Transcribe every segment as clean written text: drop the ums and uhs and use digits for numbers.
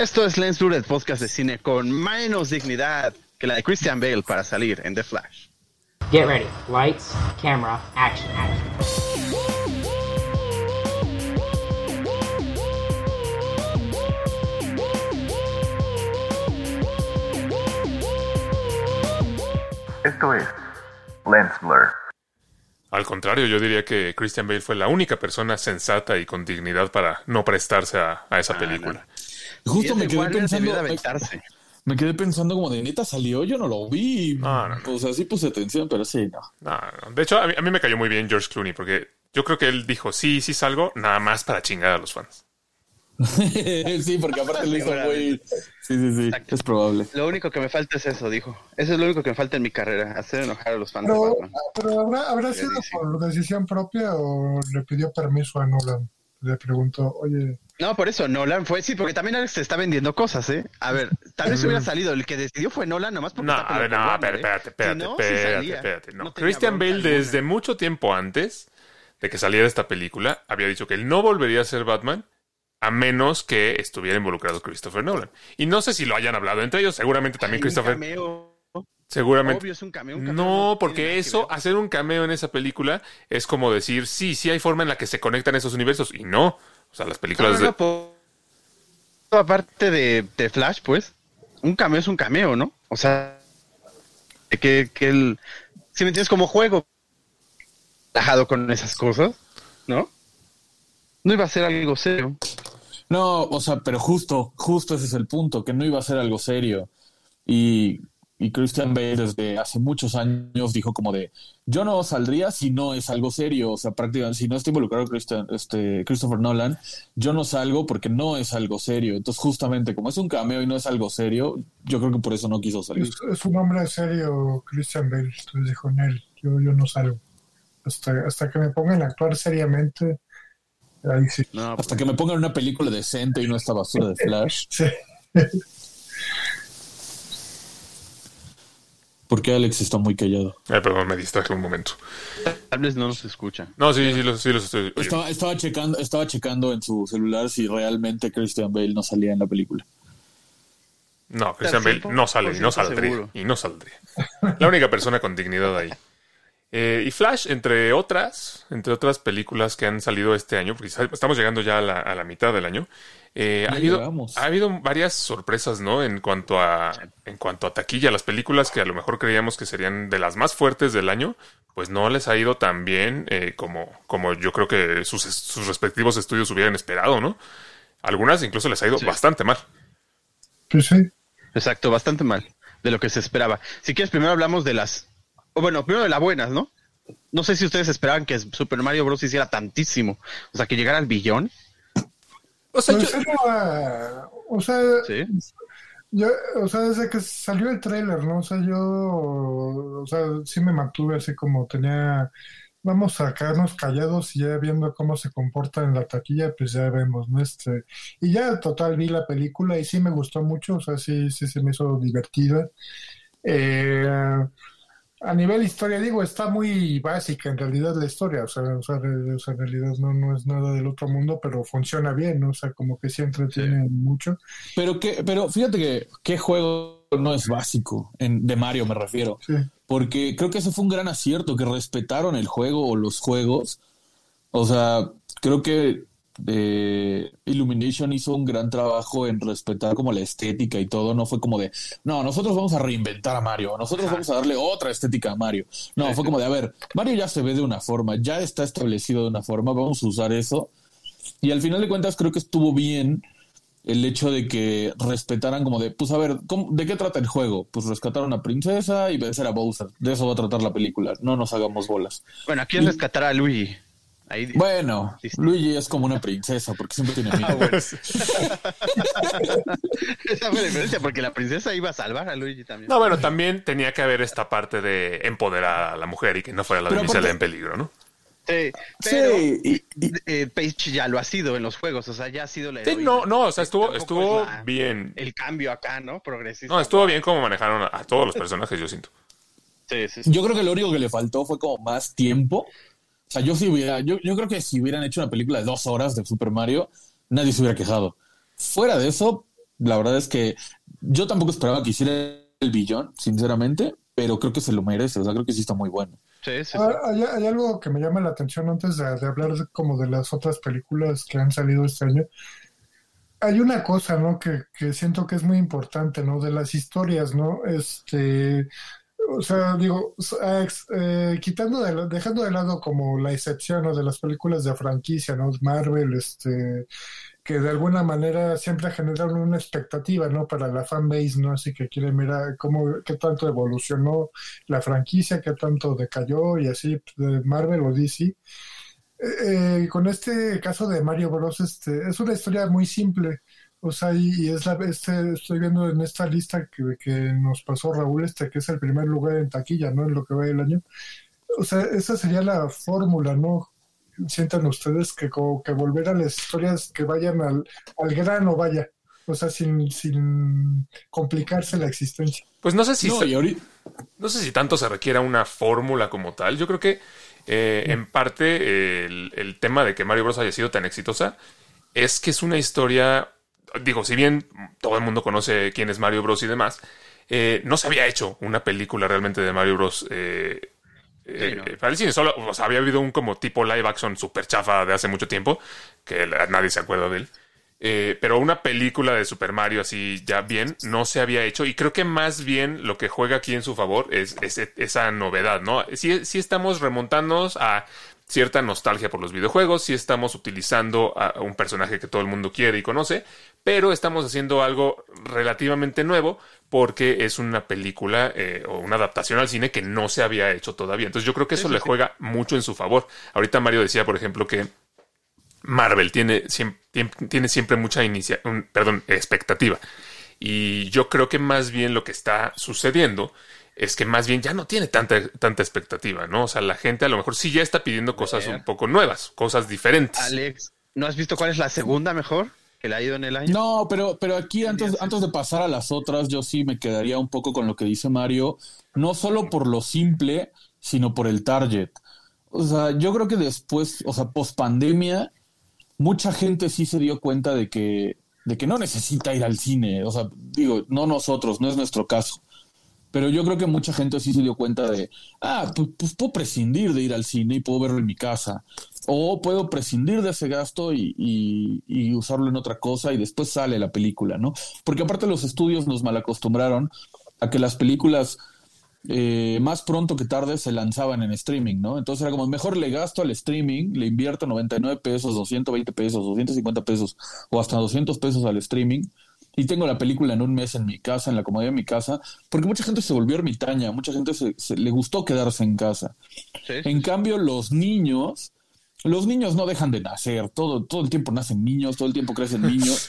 Esto es Lens Blur, el podcast de cine con menos dignidad que la de Christian Bale para salir en The Flash. Get ready. Lights, camera, action. Esto es Lens Blur. Al contrario, yo diría que Christian Bale fue la única persona sensata y con dignidad para no prestarse a esa película. Justo me quedé pensando. Me quedé pensando como de neta salió, yo no lo vi. No. O sea, sí puse atención, pero sí, no. No. De hecho, a mí me cayó muy bien George Clooney, porque yo creo que él dijo, sí salgo, nada más para chingar a los fans. Sí, porque aparte lo hizo muy... Sí, Exacto. Es probable. Lo único que me falta es eso, dijo. Eso es lo único que me falta en mi carrera, hacer enojar a los fans de Batman. Pero ¿habrá sido por decisión propia o le pidió permiso a Nolan? Le preguntó, oye... No, por eso Nolan fue, sí, porque también Alex se está vendiendo cosas, ¿eh? A ver, tal vez hubiera salido, el que decidió fue Nolan, nomás porque está peleado con Warner, espérate. No. Christian Bale desde mucho tiempo antes de que saliera esta película había dicho que él no volvería a ser Batman a menos que estuviera involucrado Christopher Nolan. Y no sé si lo hayan hablado entre ellos, seguramente también Christopher... Seguramente. Obvio, es un cameo. No, porque eso, hacer un cameo en esa película es como decir, sí hay forma en la que se conectan esos universos. Y no. O sea, las películas aparte de Flash, pues, un cameo es un cameo, ¿no? O sea, que el... Si me entiendes, como juego relajado con esas cosas, ¿no? No iba a ser algo serio. No, o sea, pero justo ese es el punto, que no iba a ser algo serio. Y Christian Bale desde hace muchos años dijo como de, yo no saldría si no es algo serio, o sea, prácticamente si no está involucrado Christopher Nolan, yo no salgo porque no es algo serio. Entonces justamente como es un cameo y no es algo serio, yo creo que por eso no quiso salir. Es un hombre serio, Christian Bale, entonces dijo en él, yo no salgo. Hasta que me pongan a actuar seriamente, ahí sí. No, hasta que me pongan una película decente y no esta basura de Flash. Sí. Porque Alex está muy callado. Perdón, me distraje un momento. Tal vez no nos escucha. No, sí los estoy oyendo. Estaba checando en su celular si realmente Christian Bale no salía en la película. No, Christian Bale no sale y no saldría. Y no saldría. La única persona con dignidad ahí. Y Flash, entre otras películas que han salido este año, porque estamos llegando ya a la mitad del año, ha habido varias sorpresas, ¿no? En cuanto a taquilla. Las películas que a lo mejor creíamos que serían de las más fuertes del año, pues no les ha ido tan bien como yo creo que sus respectivos estudios hubieran esperado, ¿no? Algunas incluso les ha ido bastante mal. Pues sí. Exacto, bastante mal, de lo que se esperaba. Si quieres, primero hablamos de primero de las buenas, ¿no? No sé si ustedes esperaban que Super Mario Bros. Hiciera tantísimo. O sea, que llegara al billón. O sea, ¿sí? Desde que salió el tráiler, ¿no? Sí me mantuve así como vamos a quedarnos callados y ya viendo cómo se comporta en la taquilla, pues ya vemos, ¿no? Y ya total vi la película y sí me gustó mucho, o sea, sí se me hizo divertida. A nivel historia, está muy básica en realidad la historia, o sea, en realidad no es nada del otro mundo, pero funciona bien, ¿no? O sea, como que sí entretiene mucho. Pero fíjate que ¿qué juego no es básico? De Mario me refiero. Sí. Porque creo que eso fue un gran acierto, que respetaron el juego o los juegos. O sea, creo que Illumination hizo un gran trabajo en respetar como la estética y todo. No fue como de, no, nosotros vamos a reinventar a Mario, nosotros vamos a darle otra estética a Mario. No, fue como de, a ver, Mario ya se ve de una forma, ya está establecido de una forma, vamos a usar eso. Y al final de cuentas creo que estuvo bien el hecho de que respetaran como de, pues a ver, ¿de qué trata el juego? Pues rescatar a una princesa y vencer a Bowser. De eso va a tratar la película, no nos hagamos bolas. Bueno, aquí es rescatar a Luigi. Ahí, bueno, Luigi es como una princesa porque siempre tiene miedo. Bueno. Esa fue la diferencia, porque la princesa iba a salvar a Luigi también. No, bueno, también tenía que haber esta parte de empoderar a la mujer y que no fuera la damisela en peligro, ¿no? Sí, pero Paige ya lo ha sido en los juegos, o sea, ya ha sido la heroína. Sí, no, o sea, estuvo bien. El cambio acá, ¿no? Progresista. No, estuvo bien como manejaron a todos los personajes, yo siento. Sí. Yo creo que lo único que le faltó fue como más tiempo. O sea, yo creo que si hubieran hecho una película de 2 horas de Super Mario, nadie se hubiera quejado. Fuera de eso, La verdad es que yo tampoco esperaba que hiciera el billón, sinceramente, pero creo que se lo merece. O sea, creo que sí está muy bueno. Sí, sí, sí. Hay algo que me llama la atención antes de hablar como de las otras películas que han salido este año. Hay una cosa, ¿no? Que siento que es muy importante, ¿no? De las historias, ¿no? O sea, digo, dejando de lado como la excepción, ¿no? De las películas de franquicia, ¿no? Marvel, que de alguna manera siempre generan una expectativa, ¿no? Para la fanbase, ¿no? Así que quieren mirar qué tanto evolucionó la franquicia, qué tanto decayó y así, de Marvel o DC. Con este caso de Mario Bros, es una historia muy simple. O sea, y estoy viendo en esta lista que nos pasó Raúl, que es el primer lugar en taquilla, ¿no? En lo que va del año. O sea, esa sería la fórmula, ¿no? Sientan ustedes que como que volver a las historias que vayan al grano, vaya. O sea, sin complicarse la existencia. Pues no sé si no sé si tanto se requiera una fórmula como tal. Yo creo que en parte el tema de que Mario Bros haya sido tan exitosa es que es una historia, digo, si bien todo el mundo conoce quién es Mario Bros y demás, no se había hecho una película realmente de Mario Bros para el cine. Solo, o sea, había habido un como tipo live action super chafa de hace mucho tiempo, que nadie se acuerda de él. Pero una película de Super Mario así ya bien no se había hecho, y creo que más bien lo que juega aquí en su favor es esa novedad, ¿no? Sí estamos remontándonos a cierta nostalgia por los videojuegos, sí estamos utilizando a un personaje que todo el mundo quiere y conoce, pero estamos haciendo algo relativamente nuevo porque es una película o una adaptación al cine que no se había hecho todavía. Entonces yo creo que eso le juega mucho en su favor. Ahorita Mario decía, por ejemplo, que Marvel tiene siempre mucha expectativa. Y yo creo que más bien lo que está sucediendo es que más bien ya no tiene tanta expectativa, ¿no? O sea, la gente a lo mejor sí ya está pidiendo cosas un poco nuevas, cosas diferentes. Alex, ¿no has visto cuál es la segunda mejor que le ha ido en el año? No, pero aquí antes de pasar a las otras, yo sí me quedaría un poco con lo que dice Mario, no solo por lo simple, sino por el target. O sea, yo creo que después, o sea, post pandemia, mucha gente sí se dio cuenta de que no necesita ir al cine. O sea, digo, no nosotros, no es nuestro caso. Pero yo creo que mucha gente sí se dio cuenta de, pues puedo prescindir de ir al cine y puedo verlo en mi casa. O puedo prescindir de ese gasto y usarlo en otra cosa y después sale la película, ¿no? Porque aparte los estudios nos malacostumbraron a que las películas más pronto que tarde se lanzaban en streaming, ¿no? Entonces era como, mejor le gasto al streaming, le invierto 99 pesos, 220 pesos, 250 pesos o hasta 200 pesos al streaming y tengo la película en un mes en mi casa, en la comodidad de mi casa, porque mucha gente se volvió ermitaña, mucha gente le gustó quedarse en casa. Sí. En cambio, los niños no dejan de nacer, todo el tiempo nacen niños, todo el tiempo crecen niños.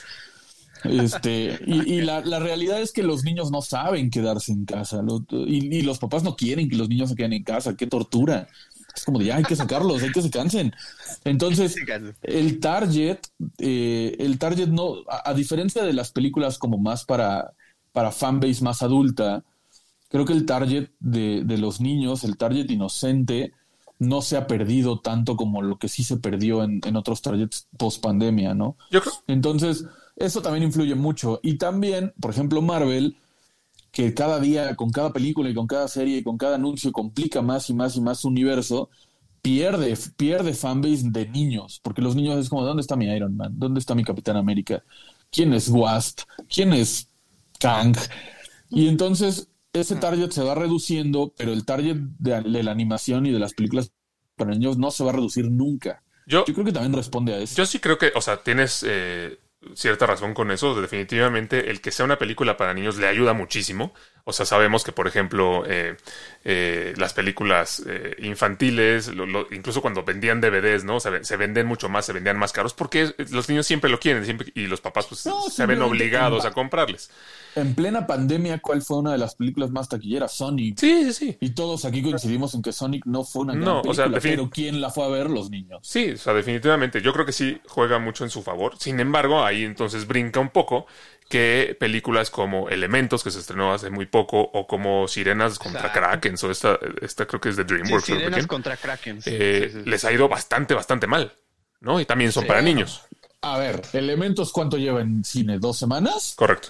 Y la realidad es que los niños no saben quedarse en casa, y los papás no quieren que los niños se queden en casa. ¡Qué tortura! Es como de, hay que sacarlos, hay que se cansen. Entonces, el target no, a diferencia de las películas como más para fanbase más adulta, creo que el target de los niños, el target inocente, no se ha perdido tanto como lo que sí se perdió en otros targets post pandemia, ¿no? Yo creo. Entonces, eso también influye mucho. Y también, por ejemplo, Marvel, que cada día, con cada película y con cada serie y con cada anuncio, complica más y más y más su universo, pierde fanbase de niños. Porque los niños es como, ¿dónde está mi Iron Man? ¿Dónde está mi Capitán América? ¿Quién es Wasp? ¿Quién es Kang? Y entonces ese target se va reduciendo, pero el target de la animación y de las películas para niños no se va a reducir nunca. Yo creo que también responde a eso. Yo sí creo que, o sea, tienes cierta razón con eso. Definitivamente el que sea una película para niños le ayuda muchísimo. O sea, sabemos que, por ejemplo, las películas infantiles, incluso cuando vendían DVDs, ¿no? Se venden mucho más, se vendían más caros porque los niños siempre lo quieren y los papás pues se ven obligados a comprarles. En plena pandemia, ¿cuál fue una de las películas más taquilleras? Sonic. Sí. Y todos aquí coincidimos en que Sonic no fue una gran película, pero ¿quién la fue a ver? Los niños. Sí, o sea, definitivamente. Yo creo que sí juega mucho en su favor. Sin embargo, ahí entonces brinca un poco que películas como Elementos, que se estrenó hace muy poco, o como Sirenas contra Krakens, o esta creo que es de DreamWorks. Sirenas contra Krakens. Les ha ido bastante mal, ¿no? Y también son para niños. A ver, Elementos, ¿cuánto lleva en cine? ¿2 semanas? Correcto.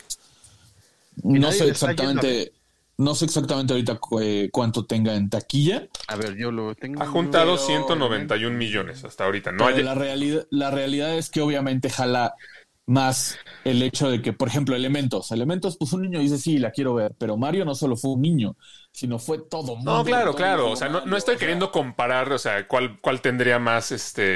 No sé exactamente ahorita cuánto tenga en taquilla. A ver, yo lo tengo. Ha juntado 191 millones hasta ahorita. No hay... la realidad es que obviamente jala más el hecho de que, por ejemplo, Elementos, pues un niño dice, sí, la quiero ver, pero Mario no solo fue un niño, sino fue todo mundo. No, claro. O sea, no estoy queriendo comparar, o sea, cuál tendría más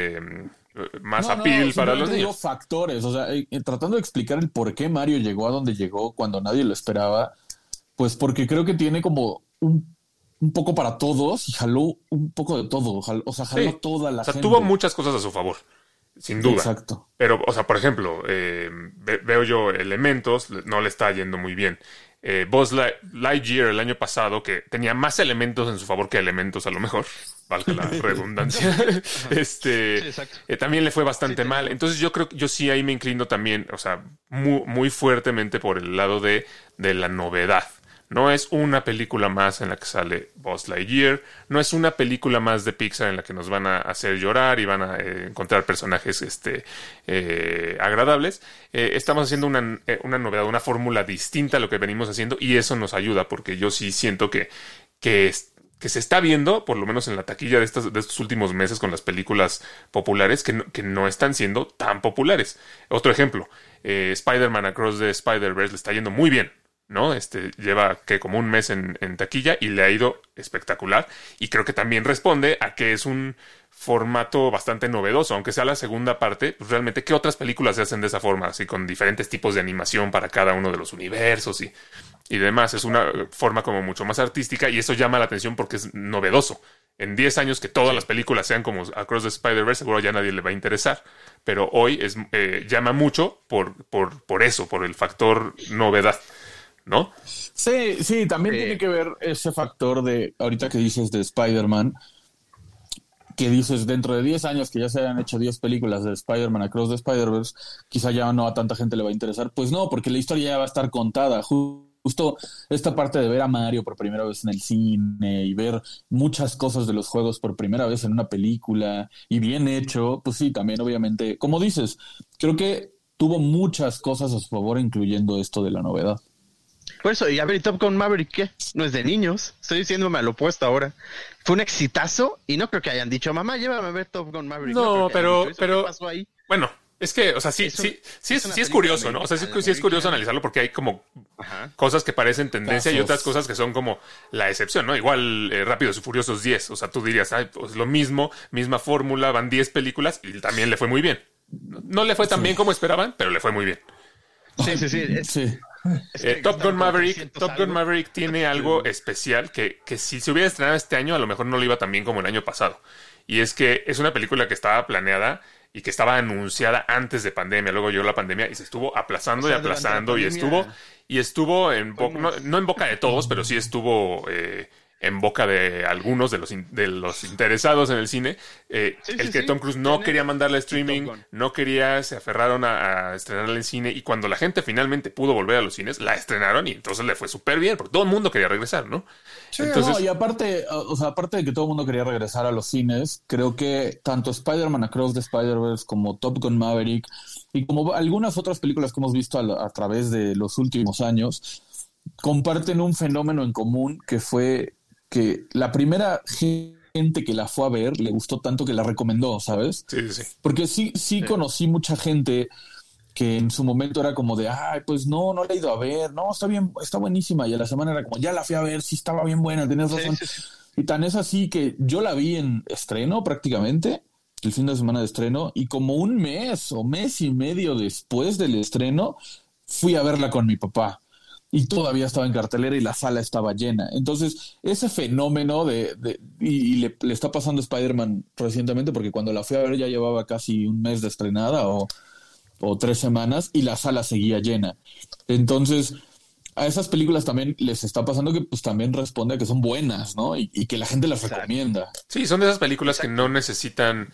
más appeal para los niños. Factores, o sea, tratando de explicar el por qué Mario llegó a donde llegó cuando nadie lo esperaba, pues porque creo que tiene como un poco para todos y jaló un poco de todo, jaló toda la gente. Tuvo muchas cosas a su favor. Sin duda. Exacto. Pero, o sea, por ejemplo, veo yo Elementos, no le está yendo muy bien. Buzz Lightyear el año pasado, que tenía más elementos en su favor que elementos, a lo mejor, valga la redundancia, también le fue bastante mal. Entonces yo creo que yo sí ahí me inclino también, o sea, muy, muy fuertemente por el lado de la novedad. No es una película más en la que sale Buzz Lightyear, no es una película más de Pixar en la que nos van a hacer llorar y van a encontrar personajes agradables. Estamos haciendo una novedad, una fórmula distinta a lo que venimos haciendo y eso nos ayuda porque yo sí siento que se está viendo, por lo menos en la taquilla de estos últimos meses con las películas populares, que no están siendo tan populares. Otro ejemplo, Spider-Man Across the Spider-Verse le está yendo muy bien, ¿no? Lleva como un mes en taquilla y le ha ido espectacular y creo que también responde a que es un formato bastante novedoso, aunque sea la segunda parte, pues realmente ¿qué otras películas se hacen de esa forma? Así con diferentes tipos de animación para cada uno de los universos y demás, es una forma como mucho más artística y eso llama la atención porque es novedoso. En 10 años que todas las películas sean como Across the Spider-Verse, seguro ya nadie le va a interesar, pero hoy llama mucho por eso, por el factor novedad, ¿no? Sí, también tiene que ver ese factor de, ahorita que dices de Spider-Man, que dices dentro de 10 años que ya se hayan hecho 10 películas de Spider-Man Across the Spider-Verse, quizá ya no a tanta gente le va a interesar. Pues no, porque la historia ya va a estar contada. Justo esta parte de ver a Mario por primera vez en el cine y ver muchas cosas de los juegos por primera vez en una película y bien hecho, pues sí, también obviamente, como dices, creo que tuvo muchas cosas a su favor, incluyendo esto de la novedad. Por eso, y a ver, ¿y Top Gun Maverick qué? No es de niños. Estoy diciéndome a lo opuesto ahora. Fue un exitazo y no creo que hayan dicho, mamá, llévame a ver Top Gun Maverick. No, pero ¿qué pasó ahí? Bueno, es que, o sea, sí es curioso, ¿no? O sea, sí es curioso analizarlo porque hay como cosas que parecen tendencia y otras cosas que son como la excepción, ¿no? Igual Rápidos y Furiosos 10. O sea, tú dirías, pues lo mismo, misma fórmula, van 10 películas y también le fue muy bien. No le fue tan bien como esperaban, pero le fue muy bien. Sí. Top Gun Maverick tiene algo especial que si se hubiera estrenado este año a lo mejor no le iba tan bien como el año pasado. Y es que es una película que estaba planeada y que estaba anunciada antes de pandemia. Luego llegó la pandemia y se estuvo aplazando y aplazando y estuvo no en boca de todos, pero sí estuvo en boca de algunos de los interesados en el cine. Tom Cruise no quería mandarle a streaming, no quería, se aferraron a estrenarla en cine y cuando la gente finalmente pudo volver a los cines, la estrenaron y entonces le fue súper bien, porque todo el mundo quería regresar, ¿no? Sí, y aparte de que todo el mundo quería regresar a los cines, creo que tanto Spider-Man Across the Spider-Verse como Top Gun Maverick y como algunas otras películas que hemos visto a través de los últimos años, comparten un fenómeno en común que fue que la primera gente que la fue a ver le gustó tanto que la recomendó, ¿sabes? Sí. Porque sí conocí mucha gente que en su momento era como de, ay, pues no la he ido a ver, no, está bien, está buenísima, y a la semana era como, ya la fui a ver, sí estaba bien buena, tenías razón. Sí. Y tan es así que yo la vi en estreno prácticamente, el fin de semana de estreno, y como un mes o mes y medio después del estreno, fui a verla con mi papá. Y todavía estaba en cartelera y la sala estaba llena. Entonces, ese fenómeno y le está pasando a Spider-Man recientemente, porque cuando la fui a ver ya llevaba casi un mes de estrenada o 3 semanas y la sala seguía llena. Entonces, a esas películas también les está pasando que pues también responde a que son buenas, ¿no? Y que la gente las recomienda. Sí, son de esas películas que no necesitan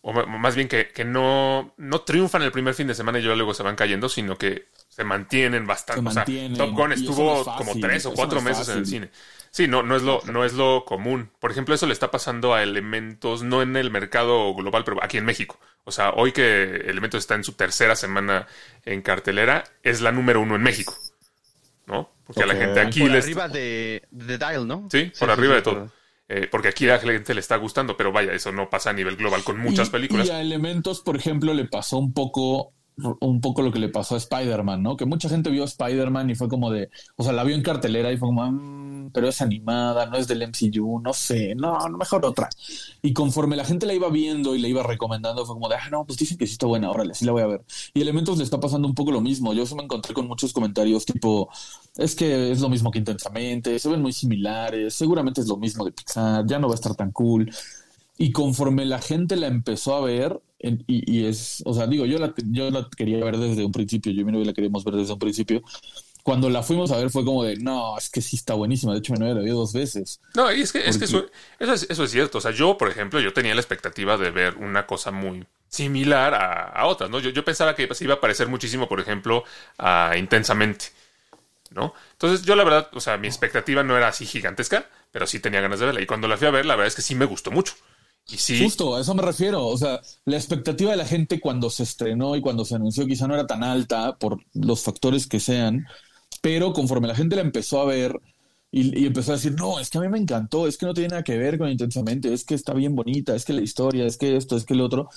o más bien que no triunfan el primer fin de semana y ya luego se van cayendo, sino que se mantienen bastante. O sea, Top Gun estuvo como 3 o 4 meses en el cine. Sí, no es lo común. Por ejemplo, eso le está pasando a Elementos, no en el mercado global, pero aquí en México. O sea, hoy que Elementos está en su tercera semana en cartelera, es la número 1 en México, ¿no? Porque a la gente aquí por arriba de Dial, ¿no? Sí, por arriba de todo. Porque aquí a la gente le está gustando, pero vaya, eso no pasa a nivel global con muchas películas. Y a Elementos, por ejemplo, le pasó un poco lo que le pasó a Spider-Man, ¿no? Que mucha gente vio a Spider-Man y fue como de, o sea, la vio en cartelera y fue como, pero es animada, no es del MCU, no sé, no, mejor otra. Y conforme la gente la iba viendo y le iba recomendando, fue como de, no, pues dicen que sí está buena, órale, sí la voy a ver. Y Elementos le está pasando un poco lo mismo. Yo se me encontré con muchos comentarios tipo, es que es lo mismo que Intensamente, se ven muy similares, seguramente es lo mismo de Pixar, ya no va a estar tan cool. Y conforme la gente la empezó a ver, y es, o sea, digo, yo la quería ver desde un principio, yo y mi novia la queríamos ver desde un principio. Cuando la fuimos a ver fue como de, no, es que sí está buenísima. De hecho, mi novia la vio 2 veces. No, y es que eso es cierto. O sea, yo, por ejemplo, yo tenía la expectativa de ver una cosa muy similar a otras, ¿no? Yo pensaba que se iba a parecer muchísimo, por ejemplo, a Intensamente, ¿no? Entonces, yo la verdad, o sea, mi expectativa no era así gigantesca, pero sí tenía ganas de verla. Y cuando la fui a ver, la verdad es que sí me gustó mucho. Y sí. Justo, a eso me refiero. O sea, la expectativa de la gente cuando se estrenó y cuando se anunció quizá no era tan alta por los factores que sean, pero conforme la gente la empezó a ver y empezó a decir, no, es que a mí me encantó, es que no tiene nada que ver con Intensamente, es que está bien bonita, es que la historia, es que esto, es que el otro,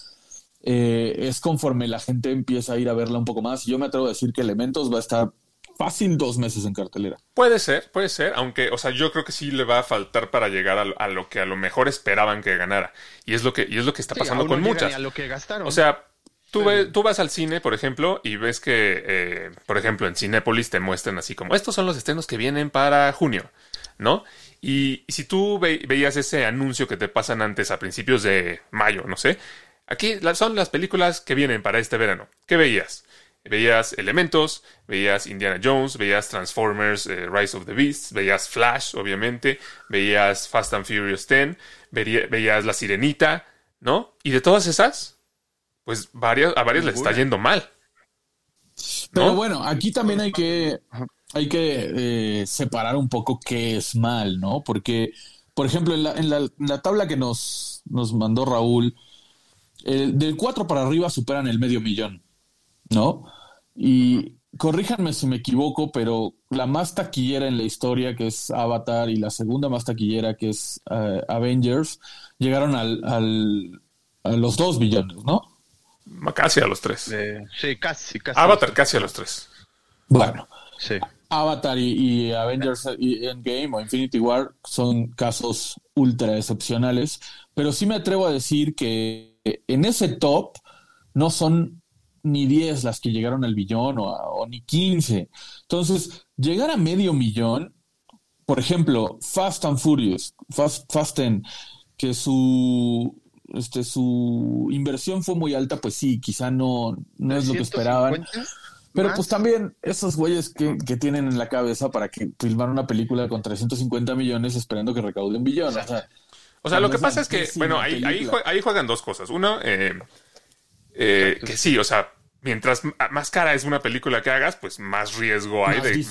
es conforme la gente empieza a ir a verla un poco más. Y yo me atrevo a decir que Elementos va a estar fácil 2 meses en cartelera. Puede ser, aunque, o sea, yo creo que sí le va a faltar para llegar a lo que a lo mejor esperaban que ganara. Y es lo que está pasando con muchas. A lo que gastaron. O sea, tú vas al cine, por ejemplo, y ves que, por ejemplo, en Cinépolis te muestran así como, estos son los estrenos que vienen para junio, ¿no? Y si tú veías ese anuncio que te pasan antes a principios de mayo, no sé, aquí son las películas que vienen para este verano. ¿Qué veías? Veías Elementos, veías Indiana Jones, veías Transformers, Rise of the Beasts, veías Flash, obviamente, veías Fast and Furious 10, veías La Sirenita, ¿no? Y de todas esas, pues a varias les está yendo mal, ¿no? Pero bueno, aquí también hay que separar un poco qué es mal, ¿no? Porque, por ejemplo, en la tabla que nos mandó Raúl, del 4 para arriba superan el $500,000, ¿no? Y corríjanme si me equivoco, pero la más taquillera en la historia, que es Avatar, y la segunda más taquillera, que es Avengers, llegaron a los 2 billones, ¿no? Casi a los 3. Sí, casi. Avatar casi a los 3. Bueno. Sí. Avatar y Avengers y Endgame o Infinity War son casos ultra excepcionales, pero sí me atrevo a decir que en ese top no son ni 10 las que llegaron al billón o ni 15. Entonces, llegar a $500,000, por ejemplo, Fast and Furious, Fast 10, que su inversión fue muy alta, pues sí, quizá no es lo que esperaban. Pero pues también esos güeyes que tienen en la cabeza para que filmar una película con 350 millones esperando que recaude $1 billón. O sea, lo que pasa es que, bueno, ahí juegan 2 cosas. Uno, que sí, o sea, mientras más cara es una película que hagas, pues más riesgo hay de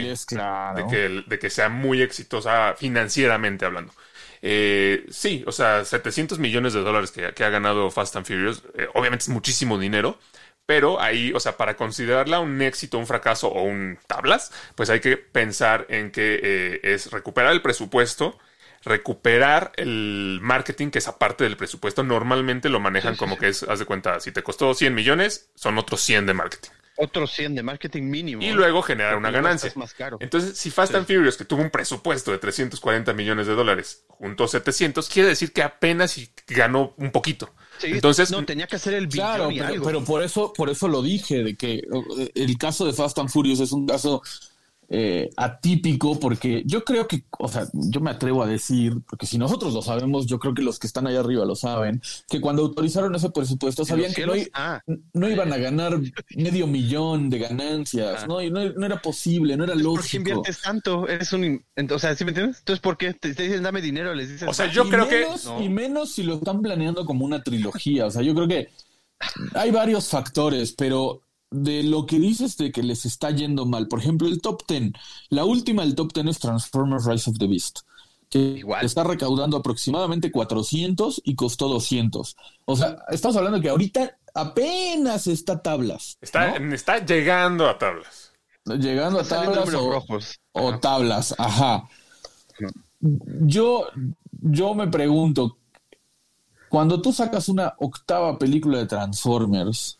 que sea muy exitosa financieramente hablando. Sí, o sea, $700 millones que ha ganado Fast and Furious, obviamente es muchísimo dinero, pero ahí, o sea, para considerarla un éxito, un fracaso o un tablas, pues hay que pensar en que es recuperar el presupuesto, recuperar el marketing, que es aparte del presupuesto. Normalmente lo manejan como que es, haz de cuenta, si te costó 100 millones, son otros 100 de marketing. Otros 100 de marketing mínimo. Y luego generar una ganancia. Más caro. Entonces, si Fast and Furious, que tuvo un presupuesto de $340 millones, juntó 700, quiere decir que apenas ganó un poquito. Sí, entonces, no, tenía que hacer el billón. Claro, pero por eso lo dije, de que el caso de Fast and Furious es un caso atípico, porque yo creo que, o sea, yo me atrevo a decir, porque si nosotros lo sabemos, yo creo que los que están allá arriba lo saben, que cuando autorizaron ese presupuesto sabían que no iban a ganar $500,000 de ganancias, no era posible, no era lógico. ¿Por qué inviertes tanto? O sea, ¿sí me entiendes? Entonces, ¿por qué te dicen dame dinero? Les dices, o sea, yo creo que... Y menos si lo están planeando como una trilogía, o sea, yo creo que hay varios factores, pero de lo que dices de que les está yendo mal, por ejemplo, el top 10, la última del top 10 es Transformers Rise of the Beast, que está recaudando aproximadamente 400 y costó 200. O sea, estamos hablando de que ahorita apenas está a tablas. Está llegando a tablas. Llegando a tablas o tablas, ajá. Yo me pregunto, cuando tú sacas una octava película de Transformers,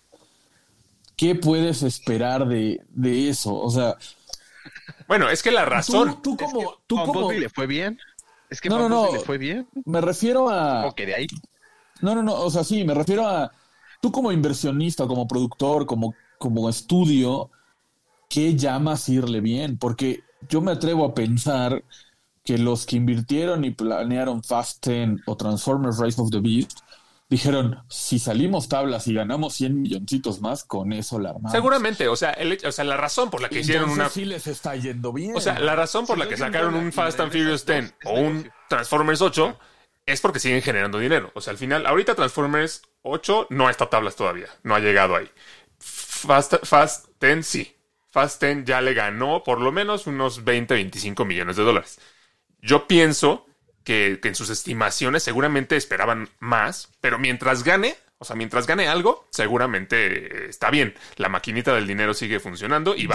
¿qué puedes esperar de eso? O sea... Bueno, es que la razón... Tú como... ¿Le fue bien? Es que no, ¿le fue bien? Me refiero a... ¿O que de ahí? No, o sea, sí, me refiero a... Tú como inversionista, como productor, como estudio, ¿qué llamas irle bien? Porque yo me atrevo a pensar que los que invirtieron y planearon Fast 10 o Transformers Rise of the Beast dijeron, si salimos tablas y ganamos 100 milloncitos más, con eso la armamos. Seguramente, o sea, la razón por la que hicieron una... sí les está yendo bien. O sea, la razón por la que sacaron un Fast and Furious 10 o un Transformers 8 es porque siguen generando dinero. O sea, al final, ahorita Transformers 8 no está a tablas todavía, no ha llegado ahí. Fast 10 sí. Fast 10 ya le ganó por lo menos unos 20-25 millones de dólares. Yo pienso que en sus estimaciones seguramente esperaban más, pero mientras gane algo, seguramente está bien. La maquinita del dinero sigue funcionando y va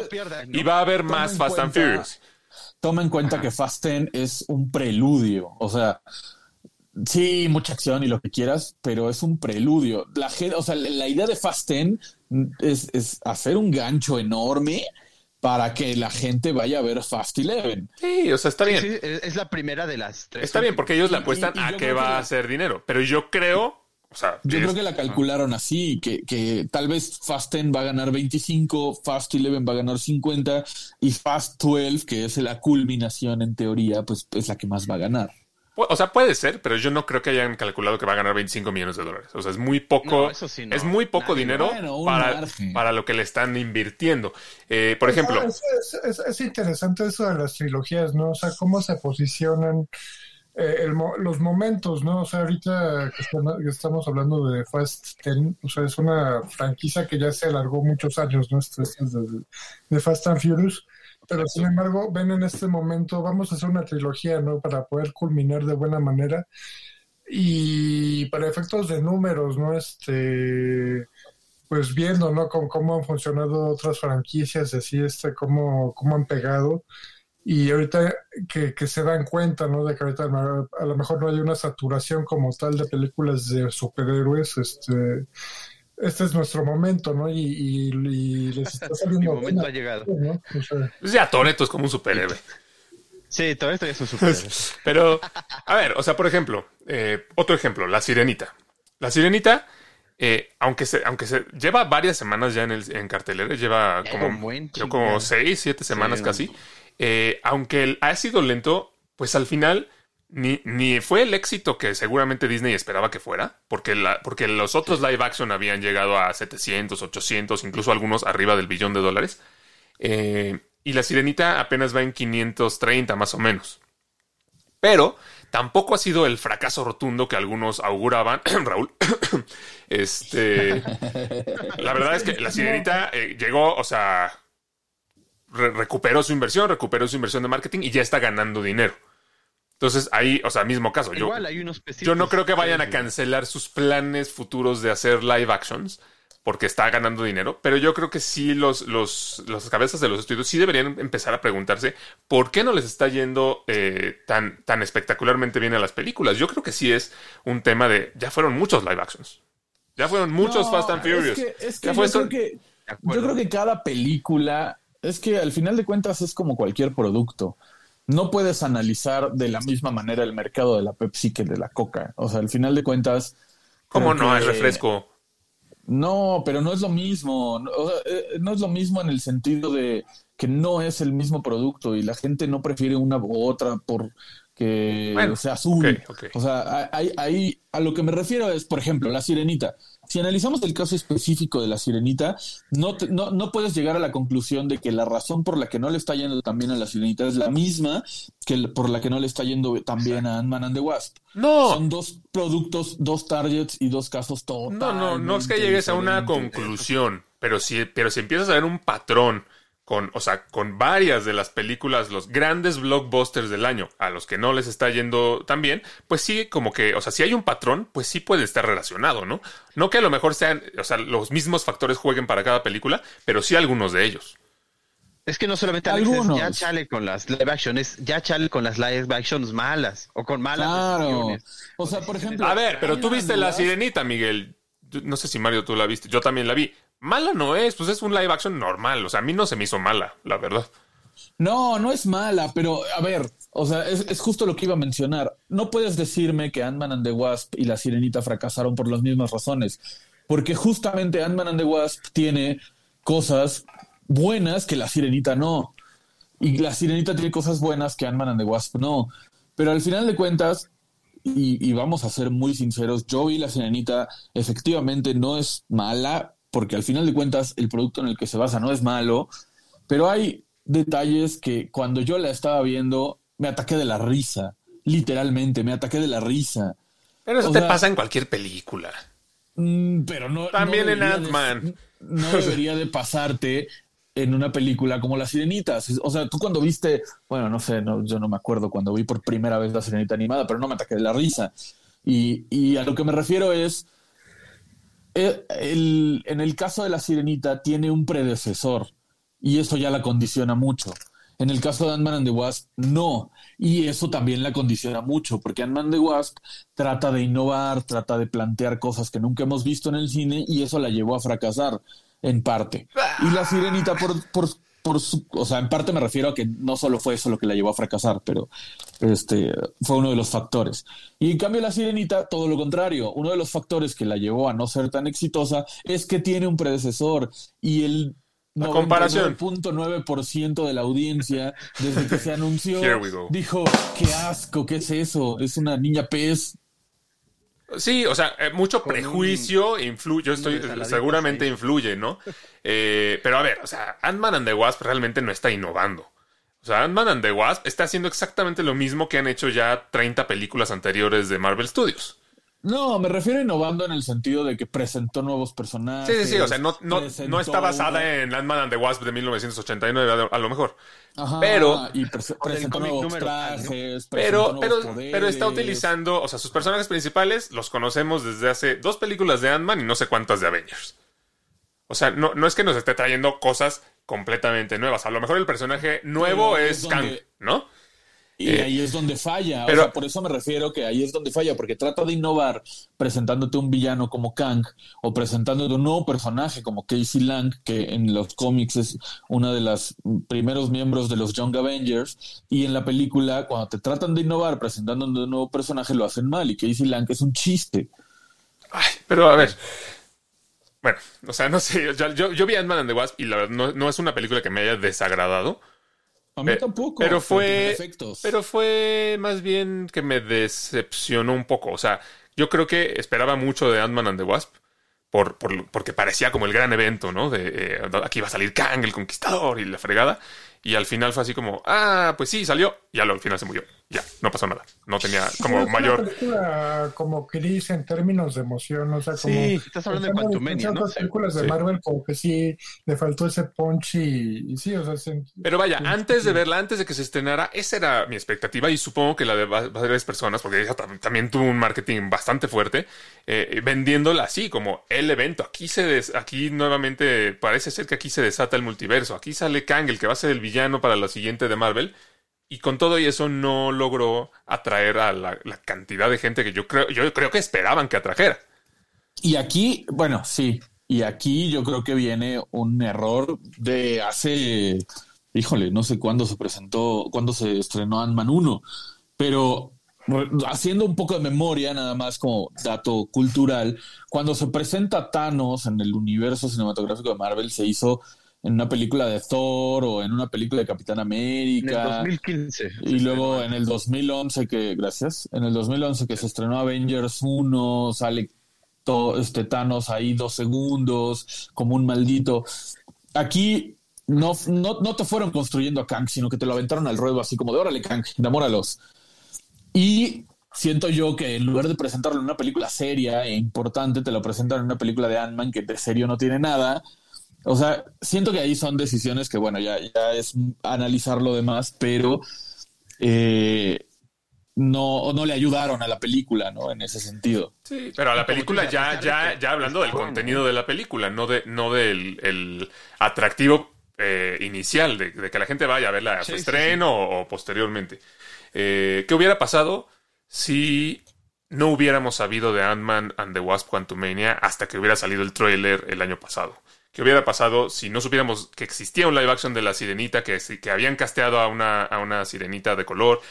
a haber más Fast and Furious. Toma en cuenta que Fast 10 es un preludio, o sea, sí, mucha acción y lo que quieras, pero es un preludio. La idea de Fast 10 es hacer un gancho enorme para que la gente vaya a ver Fast 11. Sí, o sea, está bien. Sí, es la primera de las tres. Está bien, porque ellos le apuestan a que va a hacer dinero. Pero yo creo... O sea, yo creo que la calcularon así, que tal vez Fast 10 va a ganar 25, Fast 11 va a ganar 50 y Fast 12, que es la culminación en teoría, pues es la que más va a ganar. O sea, puede ser, pero yo no creo que hayan calculado que va a ganar 25 millones de dólares. O sea, es muy poco, no, eso sí, no. Es muy poco dinero para lo que le están invirtiendo. Por ejemplo... Es interesante eso de las trilogías, ¿no? O sea, cómo se posicionan los momentos, ¿no? O sea, ahorita que estamos hablando de Fast 10, o sea, es una franquicia que ya se alargó muchos años, ¿no? De Fast and Furious. Pero sin embargo, ven en este momento, vamos a hacer una trilogía, ¿no? Para poder culminar de buena manera. Y para efectos de números, ¿no? Pues viendo, ¿no? Cómo han funcionado otras franquicias, así, cómo han pegado. Y ahorita que se dan cuenta, ¿no? De que ahorita a lo mejor no hay una saturación como tal de películas de superhéroes, este es nuestro momento, ¿no? Y les está saliendo. Mi momento ha llegado. ¿No? O sea, ya Toretto es como un superhéroe. Sí, Toretto es un superhéroe. Pero, a ver, o sea, por ejemplo, otro ejemplo, La Sirenita. La Sirenita, aunque se lleva varias semanas ya en cartelera, lleva como 6, 7 semanas casi. Aunque ha sido lento, pues al final... Ni fue el éxito que seguramente Disney esperaba que fuera, porque los otros live action habían llegado a 700, 800, incluso algunos arriba del $1 billón. Y La Sirenita apenas va en 530 más o menos. Pero tampoco ha sido el fracaso rotundo que algunos auguraban. Raúl. La verdad es que La Sirenita llegó, o sea, recuperó su inversión de marketing y ya está ganando dinero. Entonces, ahí, o sea, mismo caso. Igual hay unos yo no creo que vayan a cancelar sus planes futuros de hacer live actions porque está ganando dinero, pero yo creo que sí las cabezas de los estudios sí deberían empezar a preguntarse por qué no les está yendo tan espectacularmente bien a las películas. Yo creo que sí es un tema de... Ya fueron muchos live actions. Ya fueron muchos Fast and Furious. Yo creo que cada película... Es que al final de cuentas es como cualquier producto. No puedes analizar de la misma manera el mercado de la Pepsi que de la Coca. O sea, al final de cuentas... ¿Cómo no? Es refresco. No, pero no es lo mismo. O sea, no es lo mismo en el sentido de que no es el mismo producto y la gente no prefiere una u otra por que sea azul. Okay. O sea, hay, a lo que me refiero es, por ejemplo, La Sirenita. Si analizamos el caso específico de La Sirenita, no puedes llegar a la conclusión de que la razón por la que no le está yendo tan bien a La Sirenita es la misma que por la que no le está yendo tan bien a Ant-Man and the Wasp. No. Son dos productos, dos targets y dos casos totalmente No es que llegues a una conclusión, pero si empiezas a ver un patrón con varias de las películas, los grandes blockbusters del año, a los que no les está yendo tan bien, pues sí, como que, o sea, si hay un patrón, pues sí puede estar relacionado, ¿no? No que a lo mejor sean, o sea, los mismos factores jueguen para cada película, pero sí algunos de ellos. Es que no solamente Alex, es ya chale con las live action, es ya chale con las live actions malas, o con malas decisiones. O sea, por ejemplo... A ver, pero tú viste La Sirenita, Miguel. No sé si Mario tú la viste, yo también la vi. Mala no es, pues es un live action normal. O sea, a mí no se me hizo mala, la verdad. No es mala, pero a ver, o sea, es justo lo que iba a mencionar. No puedes decirme que Ant-Man and the Wasp y La Sirenita fracasaron por las mismas razones, porque justamente Ant-Man and the Wasp tiene cosas buenas que La Sirenita no, y La Sirenita tiene cosas buenas que Ant-Man and the Wasp no, pero al final de cuentas, y vamos a ser muy sinceros, yo vi La Sirenita, efectivamente no es mala, porque al final de cuentas el producto en el que se basa no es malo, pero hay detalles que cuando yo la estaba viendo me ataqué de la risa, literalmente me ataqué de la risa. Pero eso te pasa en cualquier película. Pero no. También no en Ant-Man. No debería de pasarte en una película como La Sirenita. O sea, tú cuando viste, bueno, no sé, yo no me acuerdo cuando vi por primera vez La Sirenita animada, pero no me ataqué de la risa. Y a lo que me refiero es, en el caso de La Sirenita tiene un predecesor y eso ya la condiciona mucho. En el caso de Ant-Man and the Wasp, no. Y eso también la condiciona mucho, porque Ant-Man and the Wasp trata de innovar, trata de plantear cosas que nunca hemos visto en el cine y eso la llevó a fracasar, en parte. Y La Sirenita, o sea, en parte me refiero a que no solo fue eso lo que la llevó a fracasar, pero fue uno de los factores. Y en cambio La Sirenita, todo lo contrario. Uno de los factores que la llevó a no ser tan exitosa es que tiene un predecesor y el 99.9% de la audiencia, desde que se anunció, dijo, qué asco, ¿qué es eso? Es una niña pez. Sí, o sea, mucho prejuicio influye, seguramente influye, ¿no? Pero a ver, o sea, Ant-Man and the Wasp realmente no está innovando. O sea, Ant-Man and the Wasp está haciendo exactamente lo mismo que han hecho ya 30 películas anteriores de Marvel Studios. No, me refiero a innovando en el sentido de que presentó nuevos personajes. Sí, o sea, no está basada en Ant-Man and the Wasp de 1989, a lo mejor. Ajá, pero presentó nuevos trajes, pero está utilizando, o sea, sus personajes principales los conocemos desde hace 2 películas de Ant-Man y no sé cuántas de Avengers. O sea, no es que nos esté trayendo cosas completamente nuevas. A lo mejor el personaje nuevo es Kang, ¿no? Y ahí es donde falla. O sea, por eso me refiero que ahí es donde falla, porque trata de innovar presentándote un villano como Kang o presentándote un nuevo personaje como Casey Lang, que en los cómics es una de las primeros miembros de los Young Avengers, y en la película, cuando te tratan de innovar presentándote un nuevo personaje, lo hacen mal, y Casey Lang es un chiste. Ay, pero a ver... Bueno, o sea, no sé, yo vi Ant-Man and the Wasp y la verdad no es una película que me haya desagradado. A mí tampoco. Pero fue más bien que me decepcionó un poco. O sea, yo creo que esperaba mucho de Ant-Man and the Wasp porque parecía como el gran evento, ¿no? Aquí va a salir Kang, el Conquistador y la fregada. Y al final fue así como, pues sí, salió. Y al final se murió. Ya, no pasó nada. No tenía como mayor... Una película como gris en términos de emoción, o sea, como... Sí, estás hablando de Quantumania, ¿no? Las películas de Marvel como que sí le faltó ese punch y sí, o sea... Pero vaya, antes de verla, antes de que se estrenara, esa era mi expectativa y supongo que la de varias personas, porque ella también tuvo un marketing bastante fuerte, vendiéndola así, como el evento. Aquí nuevamente parece ser que aquí se desata el multiverso. Aquí sale Kang, el que va a ser el villano para la siguiente de Marvel. Y con todo y eso no logró atraer a la cantidad de gente que yo creo que esperaban que atrajera. Y aquí, bueno, sí. Y aquí yo creo que viene un error de hace... Híjole, no sé cuándo se estrenó Ant-Man 1. Pero haciendo un poco de memoria, nada más como dato cultural, cuando se presenta Thanos en el universo cinematográfico de Marvel, se hizo en una película de Thor o en una película de Capitán En el América. 2015. Y luego en el 2011 en el 2011 que se estrenó Avengers 1, sale Thanos ahí 2 segundos, como un maldito. Aquí no te fueron construyendo a Kang, sino que te lo aventaron al ruedo así como de órale, Kang, enamóralos. Y siento yo que en lugar de presentarlo en una película seria e importante, te lo presentan en una película de Ant-Man que de serio no tiene nada. O sea, siento que ahí son decisiones que, bueno, ya es analizar lo demás, pero no le ayudaron a la película, ¿no? En ese sentido. Sí, pero a la película ya hablando del contenido de la película, no del el atractivo inicial de que la gente vaya a verla a su estreno o posteriormente. ¿Qué hubiera pasado si no hubiéramos sabido de Ant-Man and the Wasp: Quantumania hasta que hubiera salido el tráiler el año pasado? ¿Qué hubiera pasado si no supiéramos que existía un live action de la Sirenita, que habían casteado a una Sirenita de color,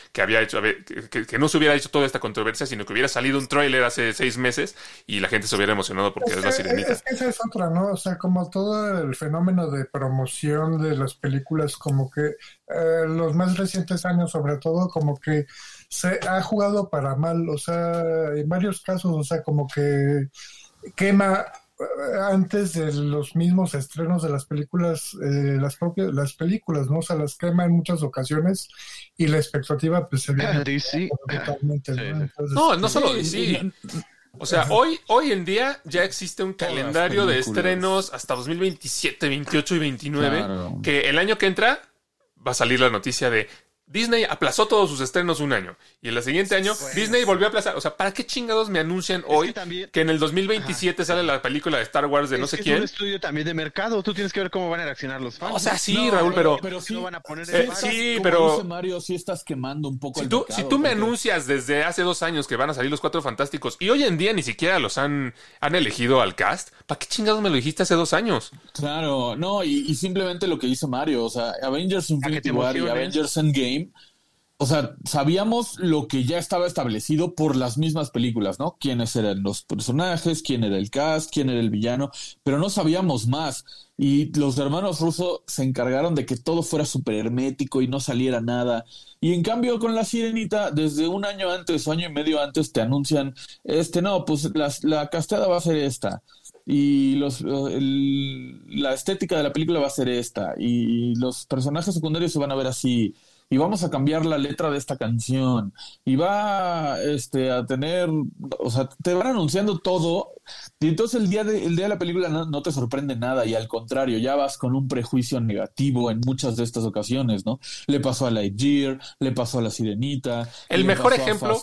que no se hubiera hecho toda esta controversia, sino que hubiera salido un tráiler hace 6 meses y la gente se hubiera emocionado porque es la Sirenita? Es que esa es otra, ¿no? O sea, como todo el fenómeno de promoción de las películas, como que los más recientes años, sobre todo, como que se ha jugado para mal. O sea, en varios casos, o sea, como que quema antes de los mismos estrenos de las películas, las películas, ¿no? O sea, las quema en muchas ocasiones y la expectativa pues se viene totalmente, ¿no? Entonces, No solo DC. O sea, hoy en día ya existe un calendario de estrenos hasta 2027, 28 y 29, claro, que el año que entra va a salir la noticia de Disney aplazó todos sus estrenos un año. Y el siguiente año, Disney volvió a aplazar. O sea, ¿para qué chingados me anuncian hoy que en el 2027 sale la película de Star Wars de no sé quién? Es un estudio también de mercado. Tú tienes que ver cómo van a reaccionar los fans. O sea, sí, Raúl, pero sí, no van a poner pero dice Mario, sí estás quemando un poco el mercado. Si tú me anuncias desde hace 2 años que van a salir los 4 Fantásticos y hoy en día ni siquiera los han elegido al cast, ¿para qué chingados me lo dijiste hace 2 años? Claro, no, y simplemente lo que dice Mario, o sea, Avengers Infinity War y Avengers Endgame. O sea, sabíamos lo que ya estaba establecido por las mismas películas, ¿no? Quiénes eran los personajes, quién era el cast, quién era el villano, pero no sabíamos más. Y los hermanos Russo se encargaron de que todo fuera súper hermético y no saliera nada. Y en cambio con la Sirenita, desde un año antes o año y medio antes te anuncian, no, pues la casteada va a ser esta. Y la estética de la película va a ser esta. Y los personajes secundarios se van a ver así. Y vamos a cambiar la letra de esta canción, y va a tener, o sea, te van anunciando todo, y entonces el día de la película no te sorprende nada, y al contrario, ya vas con un prejuicio negativo en muchas de estas ocasiones, ¿no? Le pasó a Lightyear, le pasó a la Sirenita, el mejor ejemplo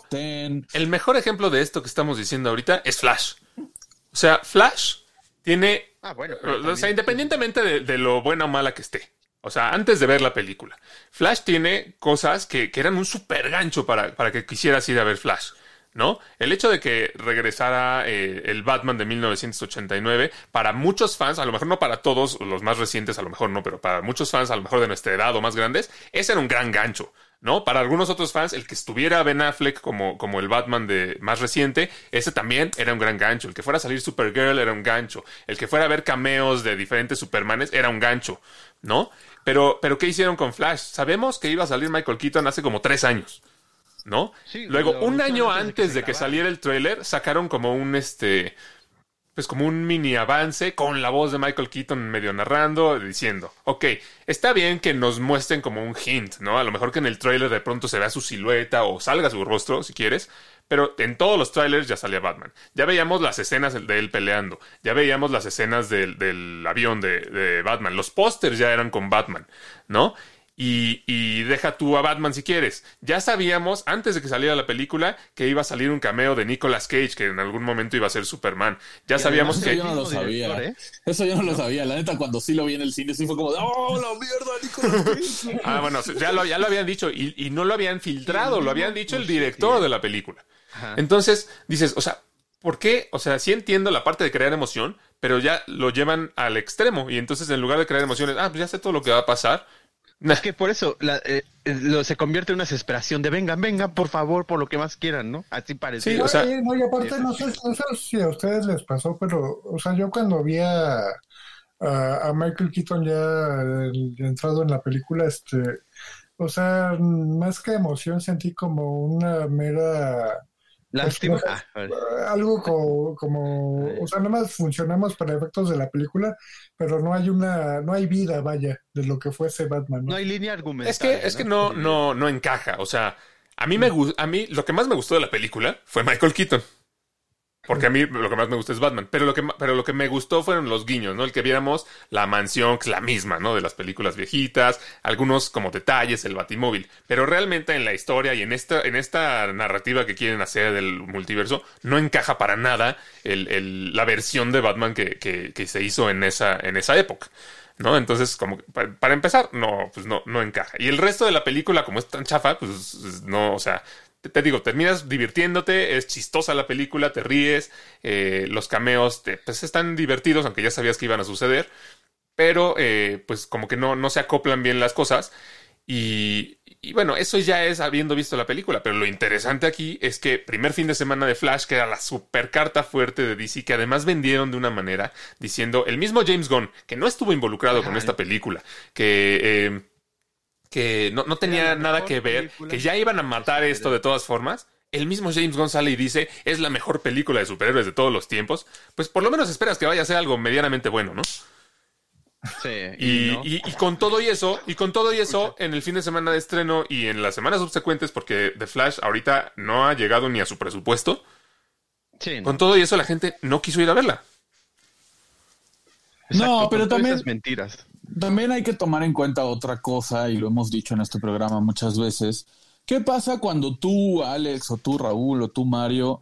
de esto que estamos diciendo ahorita es Flash. O sea, Flash tiene, o sea, independientemente de lo buena o mala que esté. O sea, antes de ver la película, Flash tiene cosas que eran un súper gancho para que quisieras ir a ver Flash, ¿no? El hecho de que regresara el Batman de 1989, para muchos fans, a lo mejor no para todos, los más recientes a lo mejor no, pero para muchos fans a lo mejor de nuestra edad o más grandes, ese era un gran gancho, ¿no? Para algunos otros fans, el que estuviera Ben Affleck como el Batman más reciente, ese también era un gran gancho. El que fuera a salir Supergirl era un gancho. El que fuera a ver cameos de diferentes Supermanes era un gancho, ¿no? Pero ¿qué hicieron con Flash? Sabemos que iba a salir Michael Keaton hace como 3 años, ¿no? Sí, luego, un año antes de que saliera el tráiler, sacaron como pues como un mini avance con la voz de Michael Keaton medio narrando, diciendo, ok, está bien que nos muestren como un hint, ¿no? A lo mejor que en el tráiler de pronto se vea su silueta o salga su rostro, si quieres, pero en todos los trailers ya salía Batman. Ya veíamos las escenas de él peleando, ya veíamos las escenas del avión de Batman, los pósters ya eran con Batman, ¿no? Y deja tú a Batman si quieres. Ya sabíamos, antes de que saliera la película, que iba a salir un cameo de Nicolas Cage, que en algún momento iba a ser Superman. Ya sabíamos que... Eso yo no lo sabía. Eso yo no lo sabía. La neta, cuando sí lo vi en el cine, sí fue como de ¡oh, la mierda, Nicolas Cage! Bueno, ya lo habían dicho y no lo habían filtrado, lo habían dicho el director de la película. Ajá. Entonces, dices, o sea, ¿por qué? O sea, sí entiendo la parte de crear emoción, pero ya lo llevan al extremo. Y entonces, en lugar de crear emociones, pues ya sé todo lo que va a pasar. Es que por eso se convierte en una desesperación de vengan, por favor, por lo que más quieran, ¿no? Así parece. Sí, o sea, no, y aparte no sé si a ustedes les pasó, pero, o sea, yo cuando vi a a Michael Keaton ya entrado en la película, o sea, más que emoción sentí como una mera... Lástima. Algo como, o sea, nada más funcionamos para efectos de la película, pero no hay vida, vaya, de lo que fuese Batman, ¿no? No hay línea argumental. Es que no encaja. O sea, a mí lo que más me gustó de la película fue Michael Keaton. Porque a mí lo que más me gusta es Batman. Pero lo que me gustó fueron los guiños, ¿no? El que viéramos la mansión, la misma, ¿no? De las películas viejitas, algunos como detalles, el Batimóvil. Pero realmente en la historia y en esta narrativa que quieren hacer del multiverso, no encaja para nada la versión de Batman que se hizo en esa época, ¿no? Entonces, como para empezar, no encaja. Y el resto de la película, como es tan chafa, pues no, o sea... Te digo, terminas divirtiéndote, es chistosa la película, te ríes, los cameos pues están divertidos, aunque ya sabías que iban a suceder, pero pues como que no se acoplan bien las cosas. Y bueno, eso ya es habiendo visto la película, pero lo interesante aquí es que primer fin de semana de Flash, que era la super carta fuerte de DC, que además vendieron de una manera, diciendo, el mismo James Gunn, que no estuvo involucrado con esta película, que no tenía nada que ver, que ya iban a matar esto de todas formas. El mismo James Gunn sale y dice, es la mejor película de superhéroes de todos los tiempos. Pues por lo menos esperas que vaya a ser algo medianamente bueno, ¿no? Sí. Y con todo y eso, en el fin de semana de estreno y en las semanas subsecuentes, porque The Flash ahorita no ha llegado ni a su presupuesto, Sí, con todo y eso la gente no quiso ir a verla. No, pero también... mentiras. También hay que tomar en cuenta otra cosa, y lo hemos dicho en este programa muchas veces. ¿Qué pasa cuando tú, Alex, o tú, Raúl, o tú, Mario,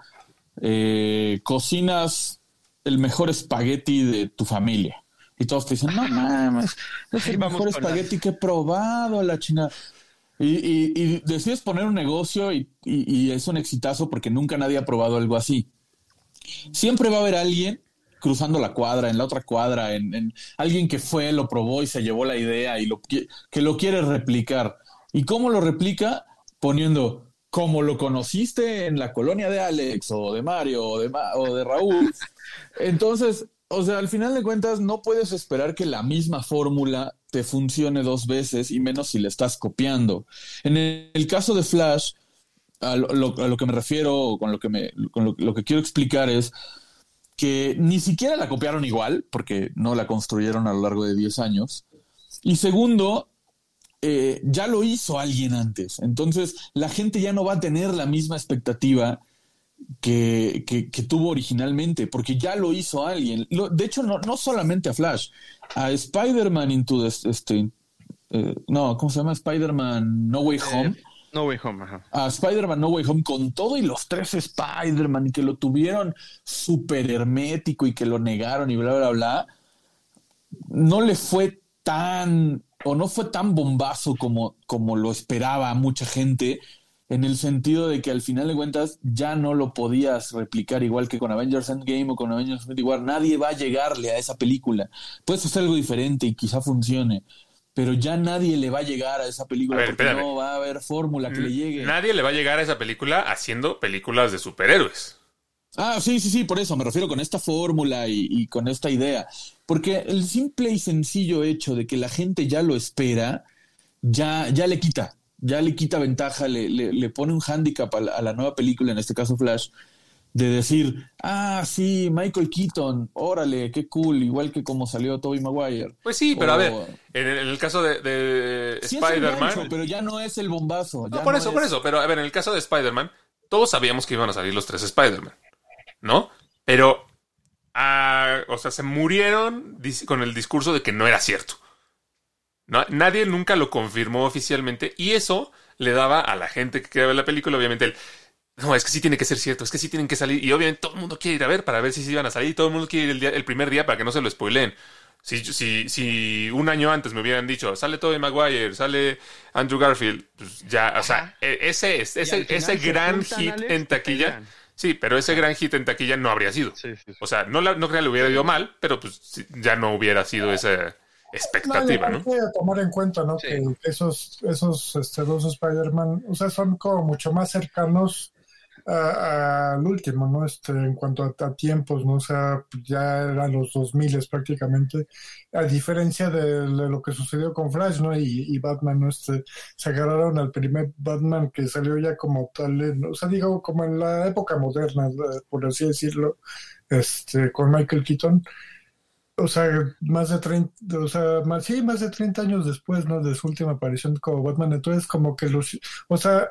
cocinas el mejor espagueti de tu familia? Y todos te dicen, no mames, es el mejor espagueti que he probado, la chingada. Y decides poner un negocio y es un exitazo porque nunca nadie ha probado algo así. Siempre va a haber alguien cruzando la cuadra, en la otra cuadra, en alguien que fue, lo probó y se llevó la idea y que lo quiere replicar. ¿Y cómo lo replica? Poniendo, como lo conociste en la colonia de Alex, o de Mario, o de Raúl. Entonces, o sea, al final de cuentas, no puedes esperar que la misma fórmula te funcione dos veces, y menos si le estás copiando. En el caso de Flash, a lo que me refiero, con lo que quiero explicar es que ni siquiera la copiaron igual, porque no la construyeron a lo largo de 10 años. Y segundo, ya lo hizo alguien antes. Entonces, la gente ya no va a tener la misma expectativa que tuvo originalmente, porque ya lo hizo alguien. De hecho, no solamente a Flash, a Spider-Man ¿cómo se llama? Spider-Man No Way Home. No Way Home, ajá. A Spider-Man No Way Home, con todo y los 3 Spider-Man, y que lo tuvieron súper hermético y que lo negaron y bla, bla, bla, no le fue no fue tan bombazo como lo esperaba mucha gente, en el sentido de que al final de cuentas ya no lo podías replicar igual que con Avengers Endgame o con Avengers Infinity War. Nadie va a llegarle a esa película. Puedes hacer algo diferente y quizá funcione, pero ya nadie le va a llegar a esa película, porque espérame, no va a haber fórmula que le llegue. Nadie le va a llegar a esa película haciendo películas de superhéroes. Ah, sí, por eso me refiero con esta fórmula y con esta idea. Porque el simple y sencillo hecho de que la gente ya lo espera, ya le quita ventaja, le pone un hándicap a la nueva película, en este caso Flash, de decir, sí, Michael Keaton, órale, qué cool, igual que como salió Tobey Maguire. Pues sí, pero a ver, en el caso de sí Spider-Man... gancho, pero ya no es el bombazo. No, por eso, pero a ver, en el caso de Spider-Man, todos sabíamos que iban a salir los 3 Spider-Man, ¿no? Pero, o sea, se murieron con el discurso de que no era cierto. ¿No? Nadie nunca lo confirmó oficialmente, y eso le daba a la gente que quería ver la película, obviamente, no, es que sí tiene que ser cierto, es que sí tienen que salir, y obviamente todo el mundo quiere ir a ver para ver si iban a salir, y todo el mundo quiere ir el primer día para que no se lo spoileen. Si un año antes me hubieran dicho, sale Tobey Maguire, sale Andrew Garfield, pues ya, o sea, ese gran hit en taquilla, sí, pero ese gran hit en taquilla no habría sido. Sí. O sea, no creo que le hubiera ido mal, pero pues ya no hubiera sido esa expectativa, ¿no? Hay que tomar en cuenta, ¿no? Sí. Que esos dos Spider-Man, o sea, son como mucho más cercanos al último, ¿no? En cuanto a tiempos, ¿no? O sea, ya eran los 2000 prácticamente, a diferencia de lo que sucedió con Flash, ¿no? Y Batman, ¿no? Se agarraron al primer Batman que salió ya como tal, o sea, digo, como en la época moderna, por así decirlo, con Michael Keaton. O sea, más de 30, o sea, más de 30 años después, ¿no? De su última aparición como Batman, entonces como que o sea,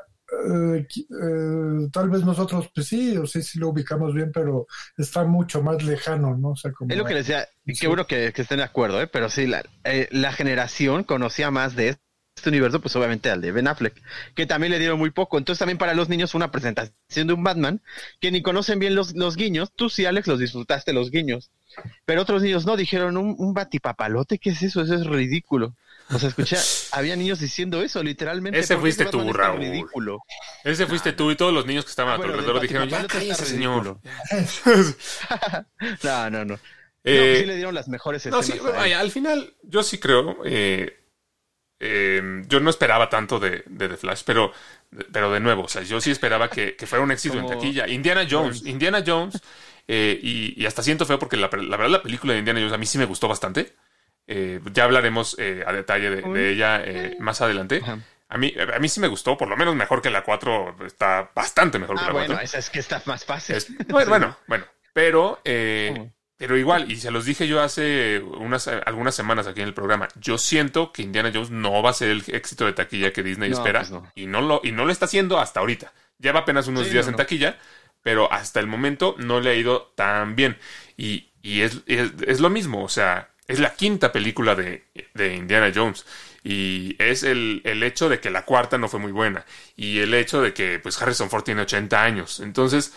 tal vez nosotros, pues sí, o sí lo ubicamos bien, pero está mucho más lejano, ¿no? O sea, como... Es lo que les decía, sí. qué bueno que estén de acuerdo, ¿eh? Pero sí, la generación conocía más de este universo, pues obviamente al de Ben Affleck, que también le dieron muy poco. Entonces también para los niños fue una presentación de un Batman que ni conocen bien los guiños. Tú sí, Alex, los disfrutaste los guiños. Pero otros niños no, dijeron un batipapalote, ¿qué es eso? Eso es ridículo. O sea, escuché, había niños diciendo eso, literalmente. Ese fuiste Batman tú, Raúl. Ridículo. Ese fuiste tú y todos los niños que estaban a tu alrededor dijeron, ya cállese, señor. No. No, pues sí le dieron las mejores escenas. No, sí, vaya, al final, yo sí creo, yo no esperaba tanto de The Flash, pero de nuevo, o sea, yo sí esperaba que fuera un éxito en taquilla. Indiana Jones, y hasta siento feo porque la verdad la película de Indiana Jones a mí sí me gustó bastante. Ya hablaremos a detalle de ella más adelante. Ajá. A mí sí me gustó, por lo menos mejor que la 4, está bastante mejor que la 4. Bueno, esa es que está más fácil. Bueno, pero igual, y se los dije yo hace algunas semanas aquí en el programa, yo siento que Indiana Jones no va a ser el éxito de taquilla que Disney espera, pues no. y no lo está haciendo hasta ahorita. Lleva apenas unos días en taquilla, pero hasta el momento no le ha ido tan bien. Y es lo mismo, o sea, es la quinta película de Indiana Jones. Y es el hecho de que la cuarta no fue muy buena. Y el hecho de que pues Harrison Ford tiene 80 años. Entonces,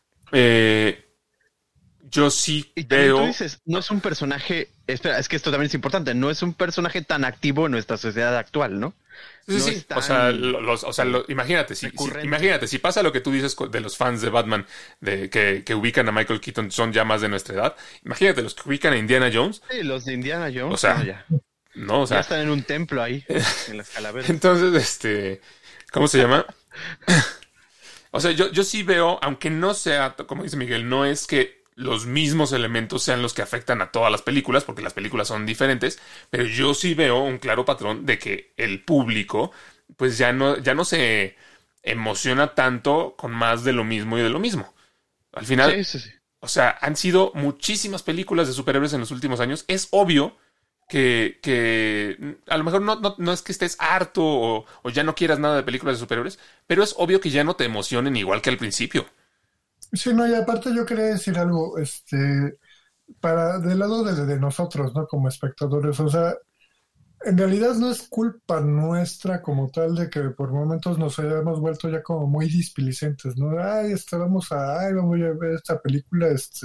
yo sí veo... Tú dices, no es un personaje... Espera, es que esto también es importante. No es un personaje tan activo en nuestra sociedad actual, ¿no? Sí. O sea, imagínate, si pasa lo que tú dices de los fans de Batman, de que ubican a Michael Keaton, son ya más de nuestra edad. Imagínate los que ubican a Indiana Jones. Sí, los de Indiana Jones. O sea, no, o sea, ya están en un templo ahí, en las calaveras. Entonces, ¿cómo se llama? O sea, yo sí veo, aunque no sea, como dice Miguel, no es que los mismos elementos sean los que afectan a todas las películas, porque las películas son diferentes, pero yo sí veo un claro patrón de que el público, pues ya no se emociona tanto con más de lo mismo y de lo mismo. Al final, sí. O sea, han sido muchísimas películas de superhéroes en los últimos años. Es obvio que a lo mejor no es que estés harto o ya no quieras nada de películas de superhéroes, pero es obvio que ya no te emocionen igual que al principio. Sí, no, y aparte yo quería decir algo, del lado de nosotros, ¿no? Como espectadores, o sea, en realidad no es culpa nuestra como tal de que por momentos nos hayamos vuelto ya como muy displicentes, ¿no? Vamos a ver esta película,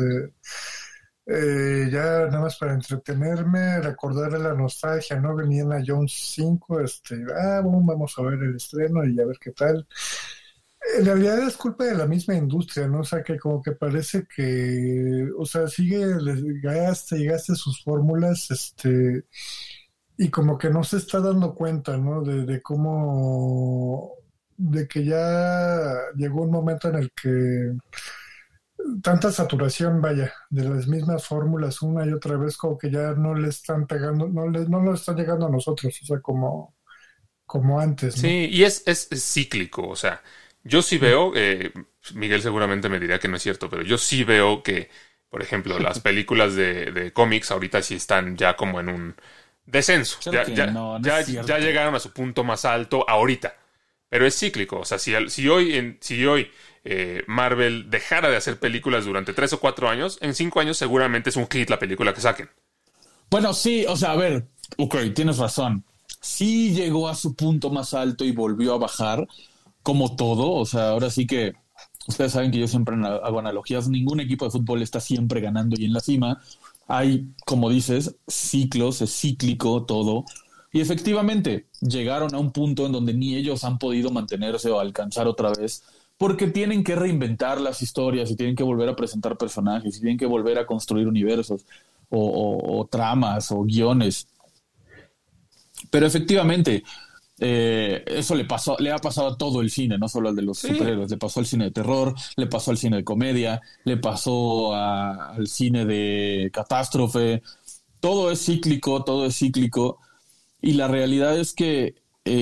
ya nada más para entretenerme, recordarle la nostalgia, ¿no? Indiana Jones 5, vamos a ver el estreno y a ver qué tal. En realidad es culpa de la misma industria, ¿no? O sea, que como que parece que, o sea, gaste sus fórmulas, y como que no se está dando cuenta, ¿no? De cómo, de que ya llegó un momento en el que tanta saturación, vaya, de las mismas fórmulas una y otra vez, como que ya no le están pegando, no nos están llegando a nosotros, o sea, como antes, ¿no? Sí, y es cíclico, o sea, yo sí veo, Miguel seguramente me dirá que no es cierto, pero yo sí veo que, por ejemplo, las películas de cómics ahorita sí están ya como en un descenso. Ya llegaron a su punto más alto ahorita, pero es cíclico. O sea, si hoy Marvel dejara de hacer películas durante 3 o 4 años, en 5 años seguramente es un hit la película que saquen. Bueno, sí, o sea, a ver, ok, tienes razón. Sí llegó a su punto más alto y volvió a bajar, como todo. O sea, ahora sí que ustedes saben que yo siempre hago analogías. Ningún equipo de fútbol está siempre ganando y en la cima. Hay, como dices, ciclos, es cíclico todo. Y efectivamente, llegaron a un punto en donde ni ellos han podido mantenerse o alcanzar otra vez, porque tienen que reinventar las historias y tienen que volver a presentar personajes y tienen que volver a construir universos o tramas o guiones. Pero efectivamente, Eso le ha pasado a todo el cine, no solo al de los superhéroes. Le pasó al cine de terror, le pasó al cine de comedia, le pasó al cine de catástrofe. Todo es cíclico. Y la realidad es que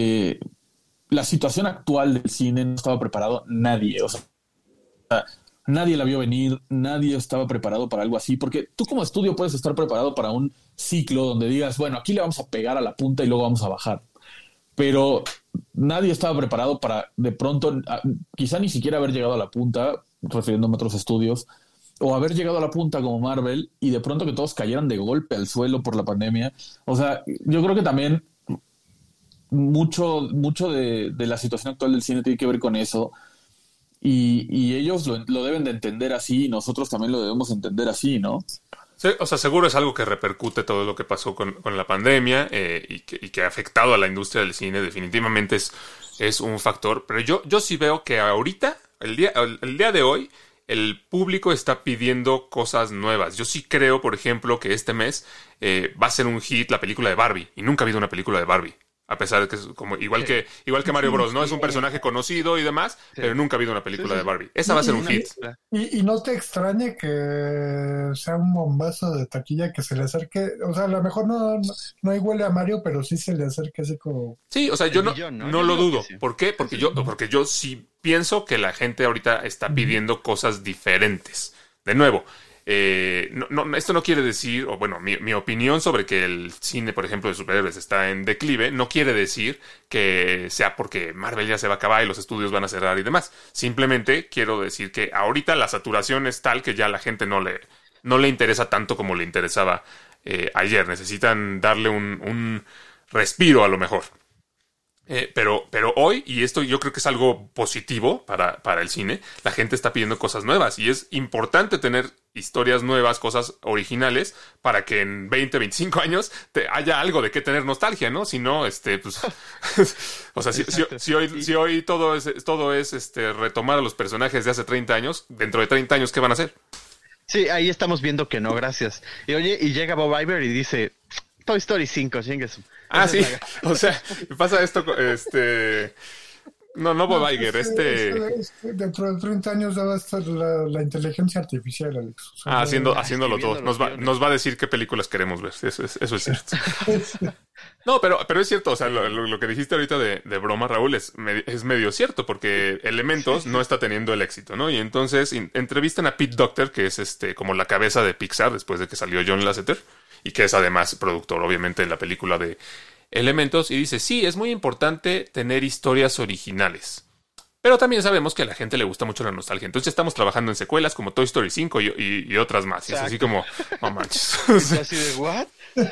la situación actual del cine no estaba preparado nadie. O sea, nadie la vio venir, nadie estaba preparado para algo así. Porque tú como estudio puedes estar preparado para un ciclo donde digas, bueno, aquí le vamos a pegar a la punta y luego vamos a bajar. Pero nadie estaba preparado para de pronto, quizá ni siquiera haber llegado a la punta, refiriéndome a otros estudios, o haber llegado a la punta como Marvel y de pronto que todos cayeran de golpe al suelo por la pandemia. O sea, yo creo que también mucho de la situación actual del cine tiene que ver con eso. Y ellos lo deben de entender así y nosotros también lo debemos entender así, ¿no? Sí, o sea, seguro es algo que repercute todo lo que pasó con la pandemia y que ha afectado a la industria del cine. Definitivamente es un factor. Pero yo sí veo que ahorita, el día de hoy, el público está pidiendo cosas nuevas. Yo sí creo, por ejemplo, que este mes va a ser un hit la película de Barbie. Y nunca ha habido una película de Barbie. A pesar de que es como igual que Mario Bros, ¿no? Es un personaje conocido y demás, pero nunca ha habido una película de Barbie. Esa va a ser un hit. Y no te extrañe que sea un bombazo de taquilla que se le acerque. O sea, a lo mejor no iguale a Mario, pero sí se le acerque así como... Sí, o sea, yo no lo dudo. ¿Por qué? Porque yo sí pienso que la gente ahorita está pidiendo cosas diferentes. De nuevo, esto no quiere decir, o bueno, mi opinión sobre que el cine, por ejemplo, de superhéroes está en declive, no quiere decir que sea porque Marvel ya se va a acabar y los estudios van a cerrar y demás. Simplemente quiero decir que ahorita la saturación es tal que ya la gente no le interesa tanto como le interesaba ayer. Necesitan darle un respiro a lo mejor. Pero hoy, y esto yo creo que es algo positivo para el cine, la gente está pidiendo cosas nuevas y es importante tener historias nuevas, cosas originales, para que en 20, 25 años haya algo de qué tener nostalgia, ¿no? Si no, pues... o sea, si hoy todo es retomar a los personajes de hace 30 años, dentro de 30 años, ¿qué van a hacer? Sí, ahí estamos viendo que no, gracias. Y oye, y llega Bob Iger y dice... Toy Story 5, chingues. Ah, sí. O sea, pasa esto, No Bob Iger, Dentro de 30 años ya va a estar la inteligencia artificial, Alex. O sea, haciéndolo todo. Nos va a decir qué películas queremos ver. Eso es cierto. No, pero es cierto. O sea, lo que dijiste ahorita de broma, Raúl, es medio cierto, porque Elementos no está teniendo el éxito, ¿no? Y entonces entrevistan a Pete Docter, que es como la cabeza de Pixar después de que salió John Lasseter, y que es además productor, obviamente, en la película de Elementos, y dice, sí, es muy importante tener historias originales. Pero también sabemos que a la gente le gusta mucho la nostalgia. Entonces estamos trabajando en secuelas como Toy Story 5 y otras más. Y es así como, no manches. ¿Es así de what?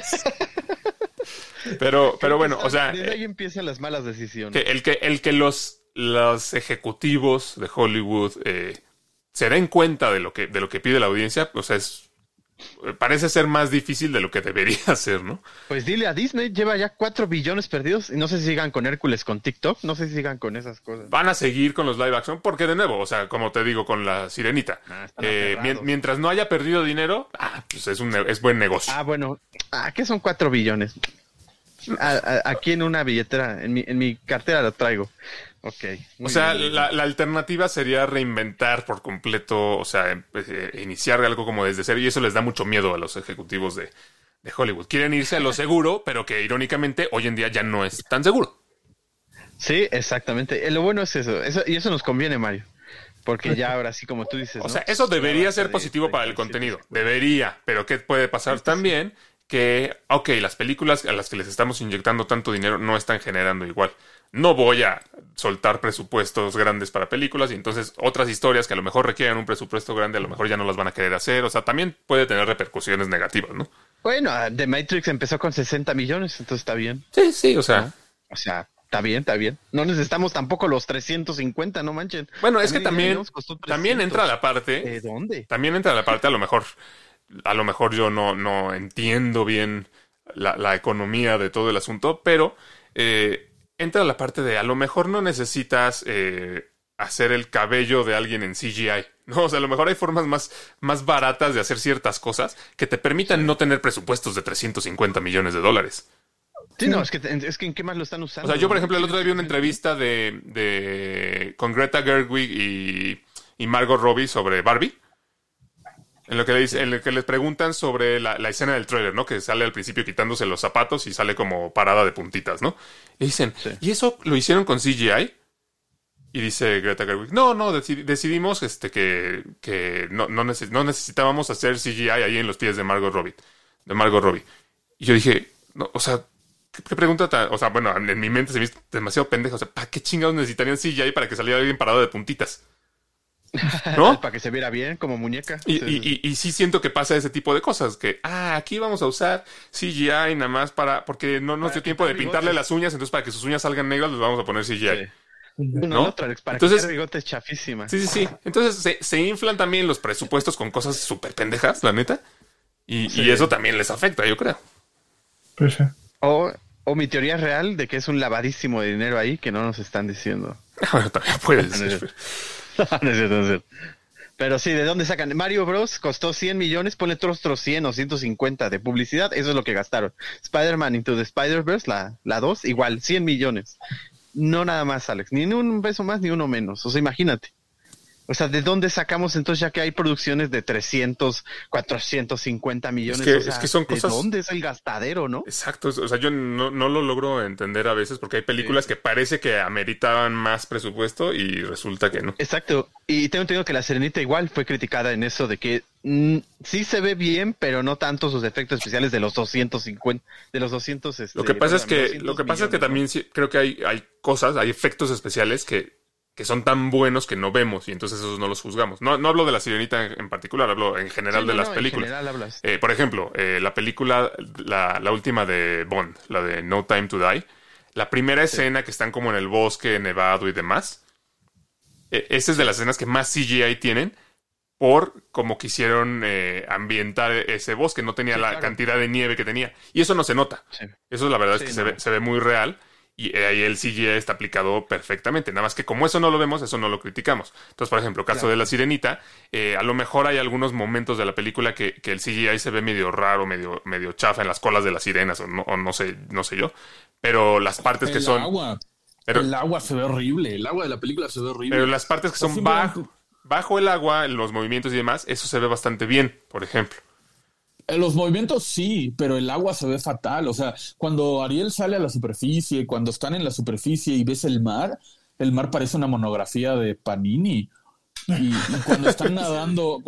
Pero bueno, o sea... Desde ahí empiezan las malas decisiones. El que los ejecutivos de Hollywood se den cuenta de lo que pide la audiencia, o sea, parece ser más difícil de lo que debería ser, ¿no? Pues dile a Disney, lleva ya 4 billones perdidos y no sé si sigan con Hércules, con TikTok, no sé si sigan con esas cosas. Van a seguir con los live action porque, de nuevo, o sea, como te digo, con la Sirenita, mientras no haya perdido dinero, pues es buen negocio. Bueno, ¿qué son 4 billones? Aquí en una billetera, en mi cartera lo traigo. Okay, o sea, la alternativa sería reinventar por completo, o sea, iniciar algo como desde cero, y eso les da mucho miedo a los ejecutivos de Hollywood. Quieren irse a lo seguro, pero que irónicamente hoy en día ya no es tan seguro. Sí, exactamente. Lo bueno es eso, y eso nos conviene, Mario. Porque ya ahora sí, como tú dices, o sea, eso debería ser positivo para el contenido. Debería, pero ¿qué puede pasar también? Que, las películas a las que les estamos inyectando tanto dinero no están generando igual. No voy a soltar presupuestos grandes para películas y entonces otras historias que a lo mejor requieren un presupuesto grande a lo mejor ya no las van a querer hacer. O sea, también puede tener repercusiones negativas, ¿no? Bueno, The Matrix empezó con 60 millones, entonces está bien. Sí, o sea... ¿No? O sea, está bien. No necesitamos tampoco los 350, no manchen. Bueno, es que también entra la parte... ¿De dónde? También entra la parte, a lo mejor yo no entiendo bien la economía de todo el asunto, pero... entra la parte de a lo mejor no necesitas hacer el cabello de alguien en CGI, ¿no? O sea, a lo mejor hay formas más baratas de hacer ciertas cosas que te permitan no tener presupuestos de $350 millones. Sí, no, es que ¿en qué más lo están usando? O sea, yo, por ejemplo, el otro día vi una entrevista con Greta Gerwig y Margot Robbie sobre Barbie. En lo que les preguntan sobre la escena del tráiler, ¿no? Que sale al principio quitándose los zapatos y sale como parada de puntitas, ¿no? Y dicen, ¿y eso lo hicieron con CGI? Y dice Greta Gerwig, no, decidimos que no necesitábamos hacer CGI ahí en los pies de Margot Robbie. Y yo dije, no, o sea, ¿qué pregunta tan...? O sea, bueno, en mi mente se me hizo demasiado pendejo. O sea, ¿para qué chingados necesitarían CGI para que saliera alguien parado de puntitas? ¿No? Para que se viera bien como muñeca. Y sí siento que pasa ese tipo de cosas. Que, aquí vamos a usar CGI nada más porque no nos dio tiempo de pintarle las uñas. Entonces, para que sus uñas salgan negras, les vamos a poner CGI. Sí. ¿No? Para Entonces, que bigotes chafísimas. Sí. Entonces, se inflan también los presupuestos con cosas súper pendejas, la neta. Y eso también les afecta, yo creo. Pues sí. O mi teoría real de que es un lavadísimo de dinero ahí que no nos están diciendo. Bueno, también puede ser. No es cierto. Pero sí, ¿de dónde sacan? Mario Bros. Costó 100 millones, ponle otros 100 o 150 de publicidad, eso es lo que gastaron. Spider-Man Into the Spider-Verse, la 2, igual, 100 millones. No nada más, Alex, ni un peso más ni uno menos, o sea, imagínate. O sea, ¿de dónde sacamos entonces ya que hay producciones de 300, 450 millones? Es que son cosas... ¿De dónde es el gastadero, no? Exacto, o sea, yo no lo logro entender a veces porque hay películas que parece que ameritaban más presupuesto y resulta que no. Exacto, y tengo entendido que La Sirenita igual fue criticada en eso de que sí se ve bien, pero no tanto sus efectos especiales de los 250, de los 200... Lo que pasa es que también sí, creo que hay efectos especiales que son tan buenos que no vemos y entonces esos no los juzgamos. No hablo de La Sirenita en particular, hablo en general de las películas. En general hablas. Por ejemplo, la película, la última de Bond, la de No Time to Die, la primera escena que están como en el bosque nevado y demás, esa es de las escenas que más CGI tienen por como quisieron ambientar ese bosque. No tenía la cantidad de nieve que tenía. Y eso no se nota. Sí. Eso la verdad es que se ve muy real. Y ahí el CGI está aplicado perfectamente. Nada más que como eso no lo vemos, eso no lo criticamos. Entonces, por ejemplo, caso de La Sirenita, a lo mejor hay algunos momentos de la película que el CGI se ve medio raro, medio chafa en las colas de las sirenas, o no sé yo. Pero las partes que son... El agua se ve horrible. El agua de la película se ve horrible. Pero las partes que son bajo el agua, los movimientos y demás, eso se ve bastante bien, por ejemplo. Los movimientos sí, pero el agua se ve fatal. O sea, cuando Ariel sale a la superficie, cuando están en la superficie y ves el mar parece una monografía de Panini. Y cuando están nadando,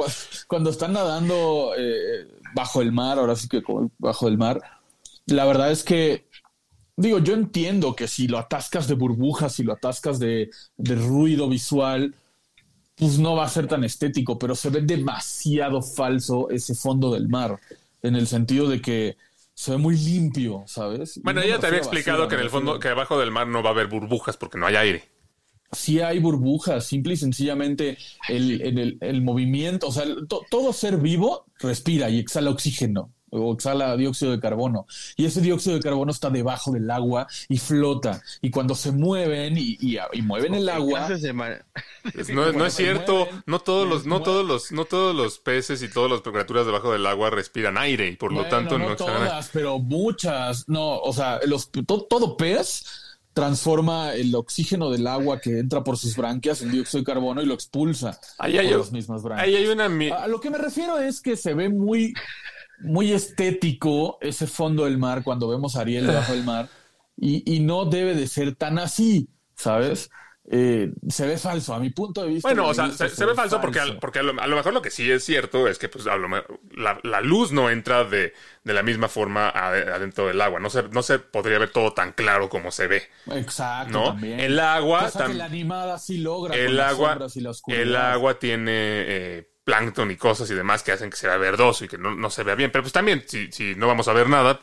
bajo el mar, ahora sí que bajo el mar, la verdad es que, digo, yo entiendo que si lo atascas de burbujas, si lo atascas de ruido visual, pues no va a ser tan estético, pero se ve demasiado falso ese fondo del mar, en el sentido de que se ve muy limpio, ¿sabes? Bueno, ella te había explicado que en el fondo, que abajo del mar no va a haber burbujas porque no hay aire. Sí hay burbujas, simple y sencillamente el movimiento, o sea, todo ser vivo respira y exhala oxígeno o exhala dióxido de carbono, y ese dióxido de carbono está debajo del agua y flota, y cuando se mueven y mueven el agua no es cierto, no todos los peces y todas las criaturas debajo del agua respiran aire y por lo tanto no todas, pero muchas, no, o sea, todo pez transforma el oxígeno del agua que entra por sus branquias en dióxido de carbono y lo expulsa por las mismas branquias. Ahí hay a lo que me refiero es que se ve muy estético ese fondo del mar cuando vemos a Ariel debajo del mar y no debe de ser tan así, ¿sabes? Se ve falso, a mi punto de vista. Bueno, o sea, se ve falso porque a lo mejor lo que sí es cierto es que pues, a lo mejor, la luz no entra de la misma forma adentro del agua. No se podría ver todo tan claro como se ve. Exacto, ¿no? También. El agua... que la animada sí logra el con agua, las sombras y la oscuridad. El agua tiene plancton y cosas y demás que hacen que se vea verdoso y que no se vea bien. Pero pues también, si no vamos a ver nada...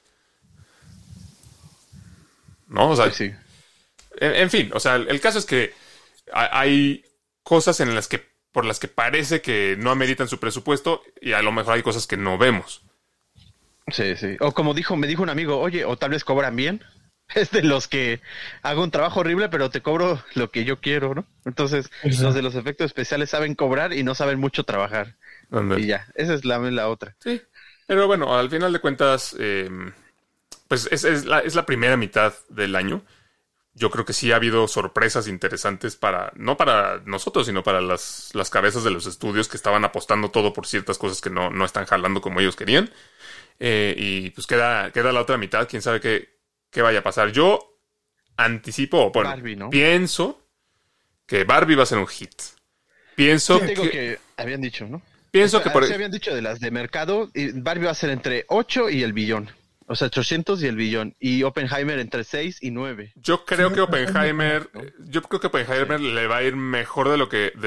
¿no? O sea, sí. En fin, o sea, el caso es que hay cosas por las que parece que no ameritan su presupuesto y a lo mejor hay cosas que no vemos. Sí. O como me dijo un amigo, oye, o tal vez cobran bien. Es de los que hago un trabajo horrible, pero te cobro lo que yo quiero, ¿no? Entonces, los de los efectos especiales saben cobrar y no saben mucho trabajar. Y ya, esa es la otra. Sí, pero bueno, al final de cuentas... pues es la primera mitad del año. Yo creo que sí ha habido sorpresas interesantes no para nosotros, sino para las cabezas de los estudios que estaban apostando todo por ciertas cosas que no están jalando como ellos querían. Y pues queda la otra mitad. Quién sabe qué vaya a pasar. Yo anticipo, bueno, Barbie, ¿no? pienso que Barbie va a ser un hit. Pienso que habían dicho, ¿no? Pienso que se habían dicho de las de mercado, y Barbie va a ser entre 8 y el billón. O sea, 800 y el billón. Y Oppenheimer entre 6 y 9. Yo creo que Oppenheimer le va a ir mejor de lo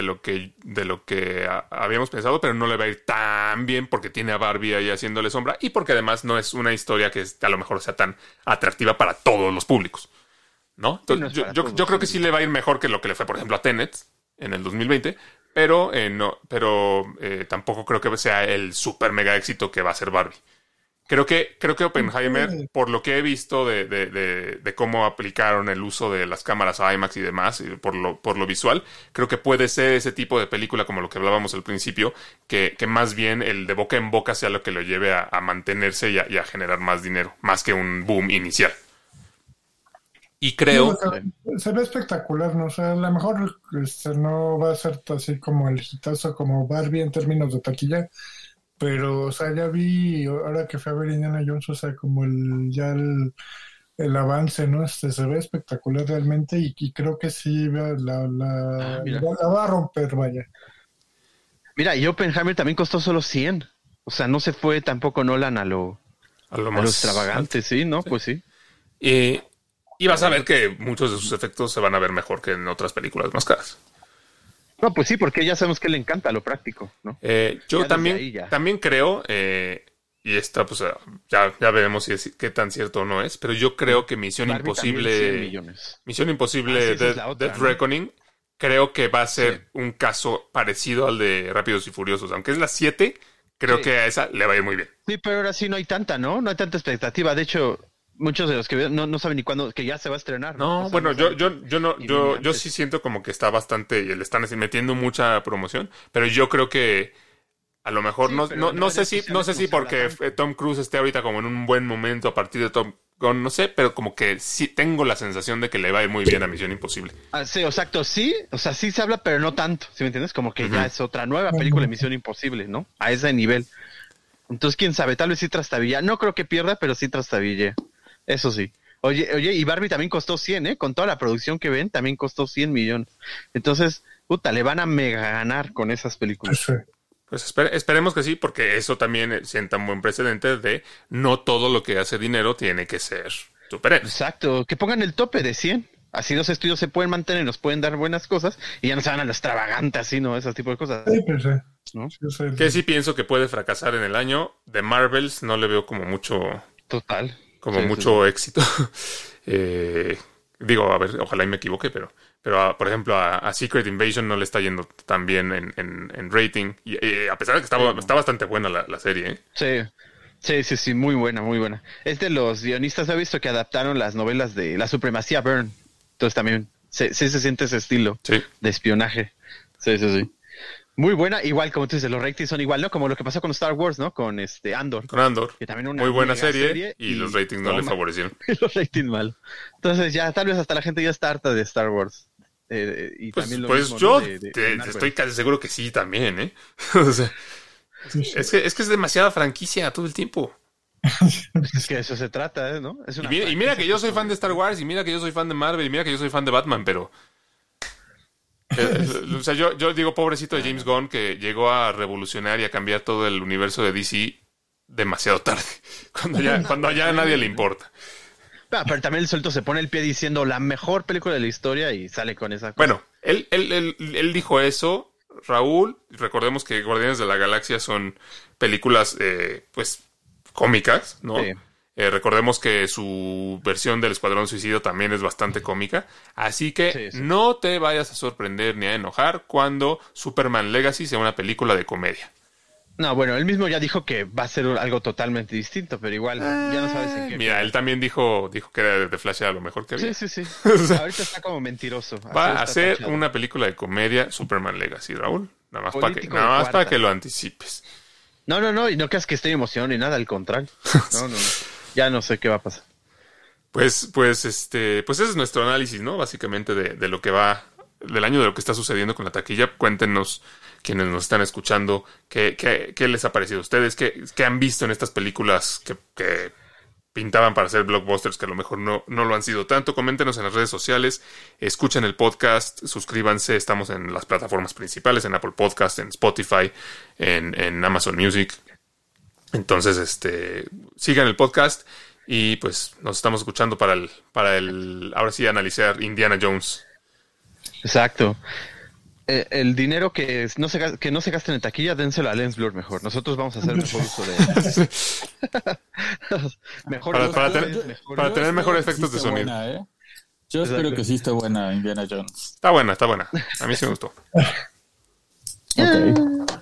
que habíamos pensado, pero no le va a ir tan bien porque tiene a Barbie ahí haciéndole sombra y porque además no es una historia que a lo mejor sea tan atractiva para todos los públicos, ¿no? Entonces, yo creo que sí le va a ir mejor que lo que le fue, por ejemplo, a Tenet en el 2020, pero tampoco creo que sea el super mega éxito que va a ser Barbie. Creo que Oppenheimer, por lo que he visto de cómo aplicaron el uso de las cámaras IMAX y demás, y por lo visual, creo que puede ser ese tipo de película como lo que hablábamos al principio, que más bien el de boca en boca sea lo que lo lleve a mantenerse y a generar más dinero, más que un boom inicial. Y creo... Se ve espectacular, ¿no? O sea, a lo mejor no va a ser así como el hitazo como Barbie en términos de taquilla, pero, o sea, ya vi, ahora que fui a ver Indiana Jones, o sea, como el avance, ¿no? Se ve espectacular realmente y creo que sí la va a romper, vaya. Mira, y Oppenheimer también costó solo 100. O sea, no se fue tampoco Nolan a lo más extravagante, sí, ¿no? Sí. Pues sí. Y vas a ver que muchos de sus efectos se van a ver mejor que en otras películas más caras. No, pues sí, porque ya sabemos que le encanta lo práctico, ¿no? Yo también creo, y esta pues ya veremos qué tan cierto o no es, pero yo creo que Misión Imposible Death Reckoning, creo que va a ser un caso parecido al de Rápidos y Furiosos. Aunque es la 7, creo que a esa le va a ir muy bien. Sí, pero ahora sí no hay tanta, ¿no? No hay tanta expectativa. De hecho, muchos de los que no saben ni cuándo, que ya se va a estrenar. No, o sea, bueno, yo sí siento como que está bastante, y le están metiendo mucha promoción, pero yo creo que a lo mejor no sé si porque Tom Cruise esté ahorita como en un buen momento a partir de Top Gun, no sé, pero como que sí tengo la sensación de que le va a ir muy bien a Misión Imposible. Sí, exacto, sí, o sea, sí se habla, pero no tanto, ¿sí me entiendes? Como que ya es otra nueva película de Misión Imposible, ¿no? A ese nivel. Entonces, quién sabe, tal vez sí trastabilla. No creo que pierda, pero sí trastabille. Eso sí. Oye, y Barbie también costó 100, ¿eh? Con toda la producción que ven, también costó 100 millones. Entonces, le van a mega ganar con esas películas. Sí. Pues esperemos que sí, porque eso también sienta un buen precedente de no todo lo que hace dinero tiene que ser superhéroes. Exacto, que pongan el tope de 100. Así los estudios se pueden mantener, nos pueden dar buenas cosas y ya no se van a lo extravagante así, ¿no? Ese tipo de cosas. Sí, pues sí. ¿No? Que sí pienso que puede fracasar en el año. De Marvels no le veo como mucho... Total. Como mucho éxito. Digo, a ver, ojalá y me equivoque, pero por ejemplo, a Secret Invasion no le está yendo tan bien en rating. Y a pesar de que está bastante buena la serie, ¿eh? Sí, muy buena, muy buena. Es de los guionistas, he visto que adaptaron las novelas de La Supremacía Bourne. Entonces también se siente ese estilo de espionaje. Sí. Muy buena, igual como tú dices, los ratings son igual, ¿no? Como lo que pasó con Star Wars, ¿no? Con Andor. Con Andor. Que también una muy buena serie y los ratings no le favorecieron. Los ratings mal. Entonces ya, tal vez hasta la gente ya está harta de Star Wars. Y pues también lo mismo, yo ¿no? estoy casi seguro que sí también, ¿eh? O sea, es que es demasiada franquicia todo el tiempo. Es que eso se trata, ¿no? Es una y mira que yo soy fan de Star Wars, y mira que yo soy fan de Marvel, y mira que yo soy fan de Batman, pero... o sea, yo digo, pobrecito de James Gunn, que llegó a revolucionar y a cambiar todo el universo de DC demasiado tarde, cuando ya a nadie le importa. Pero también el suelto se pone el pie diciendo la mejor película de la historia y sale con esa cosa. Bueno, él dijo eso, Raúl. Recordemos que Guardianes de la Galaxia son películas pues cómicas, ¿no? Sí. Recordemos que su versión del Escuadrón Suicida también es bastante cómica. Así que no te vayas a sorprender ni a enojar cuando Superman Legacy sea una película de comedia. No, bueno, él mismo ya dijo que va a ser algo totalmente distinto, pero igual ya no sabes en qué. Mira, él también dijo que era de Flash, era lo mejor que había. Sí. O sea, ahorita está como mentiroso. Va a ser una película de comedia, Superman Legacy, Raúl. Nada más para que lo anticipes. No, y no creas que esté emocionado ni nada, al contrario. No. ya no sé qué va a pasar. Pues ese es nuestro análisis, ¿no? Básicamente de lo que va del año, de lo que está sucediendo con la taquilla. Cuéntenos, quienes nos están escuchando, qué les ha parecido a ustedes, qué han visto en estas películas que pintaban para ser blockbusters, que a lo mejor no lo han sido tanto. Coméntenos en las redes sociales, escuchen el podcast, suscríbanse, estamos en las plataformas principales, en Apple Podcast, en Spotify, en Amazon Music. Entonces, sigan el podcast. Y pues nos estamos escuchando para el ahora sí analizar Indiana Jones. Exacto. El dinero que no se gasten en taquilla, dénselo a Lensblur mejor. Nosotros vamos a hacer mejor uso de mejor para tener mejores efectos de sonido. Buena, Yo espero que sí esté buena Indiana Jones. Está buena. A mí sí me gustó. Ok.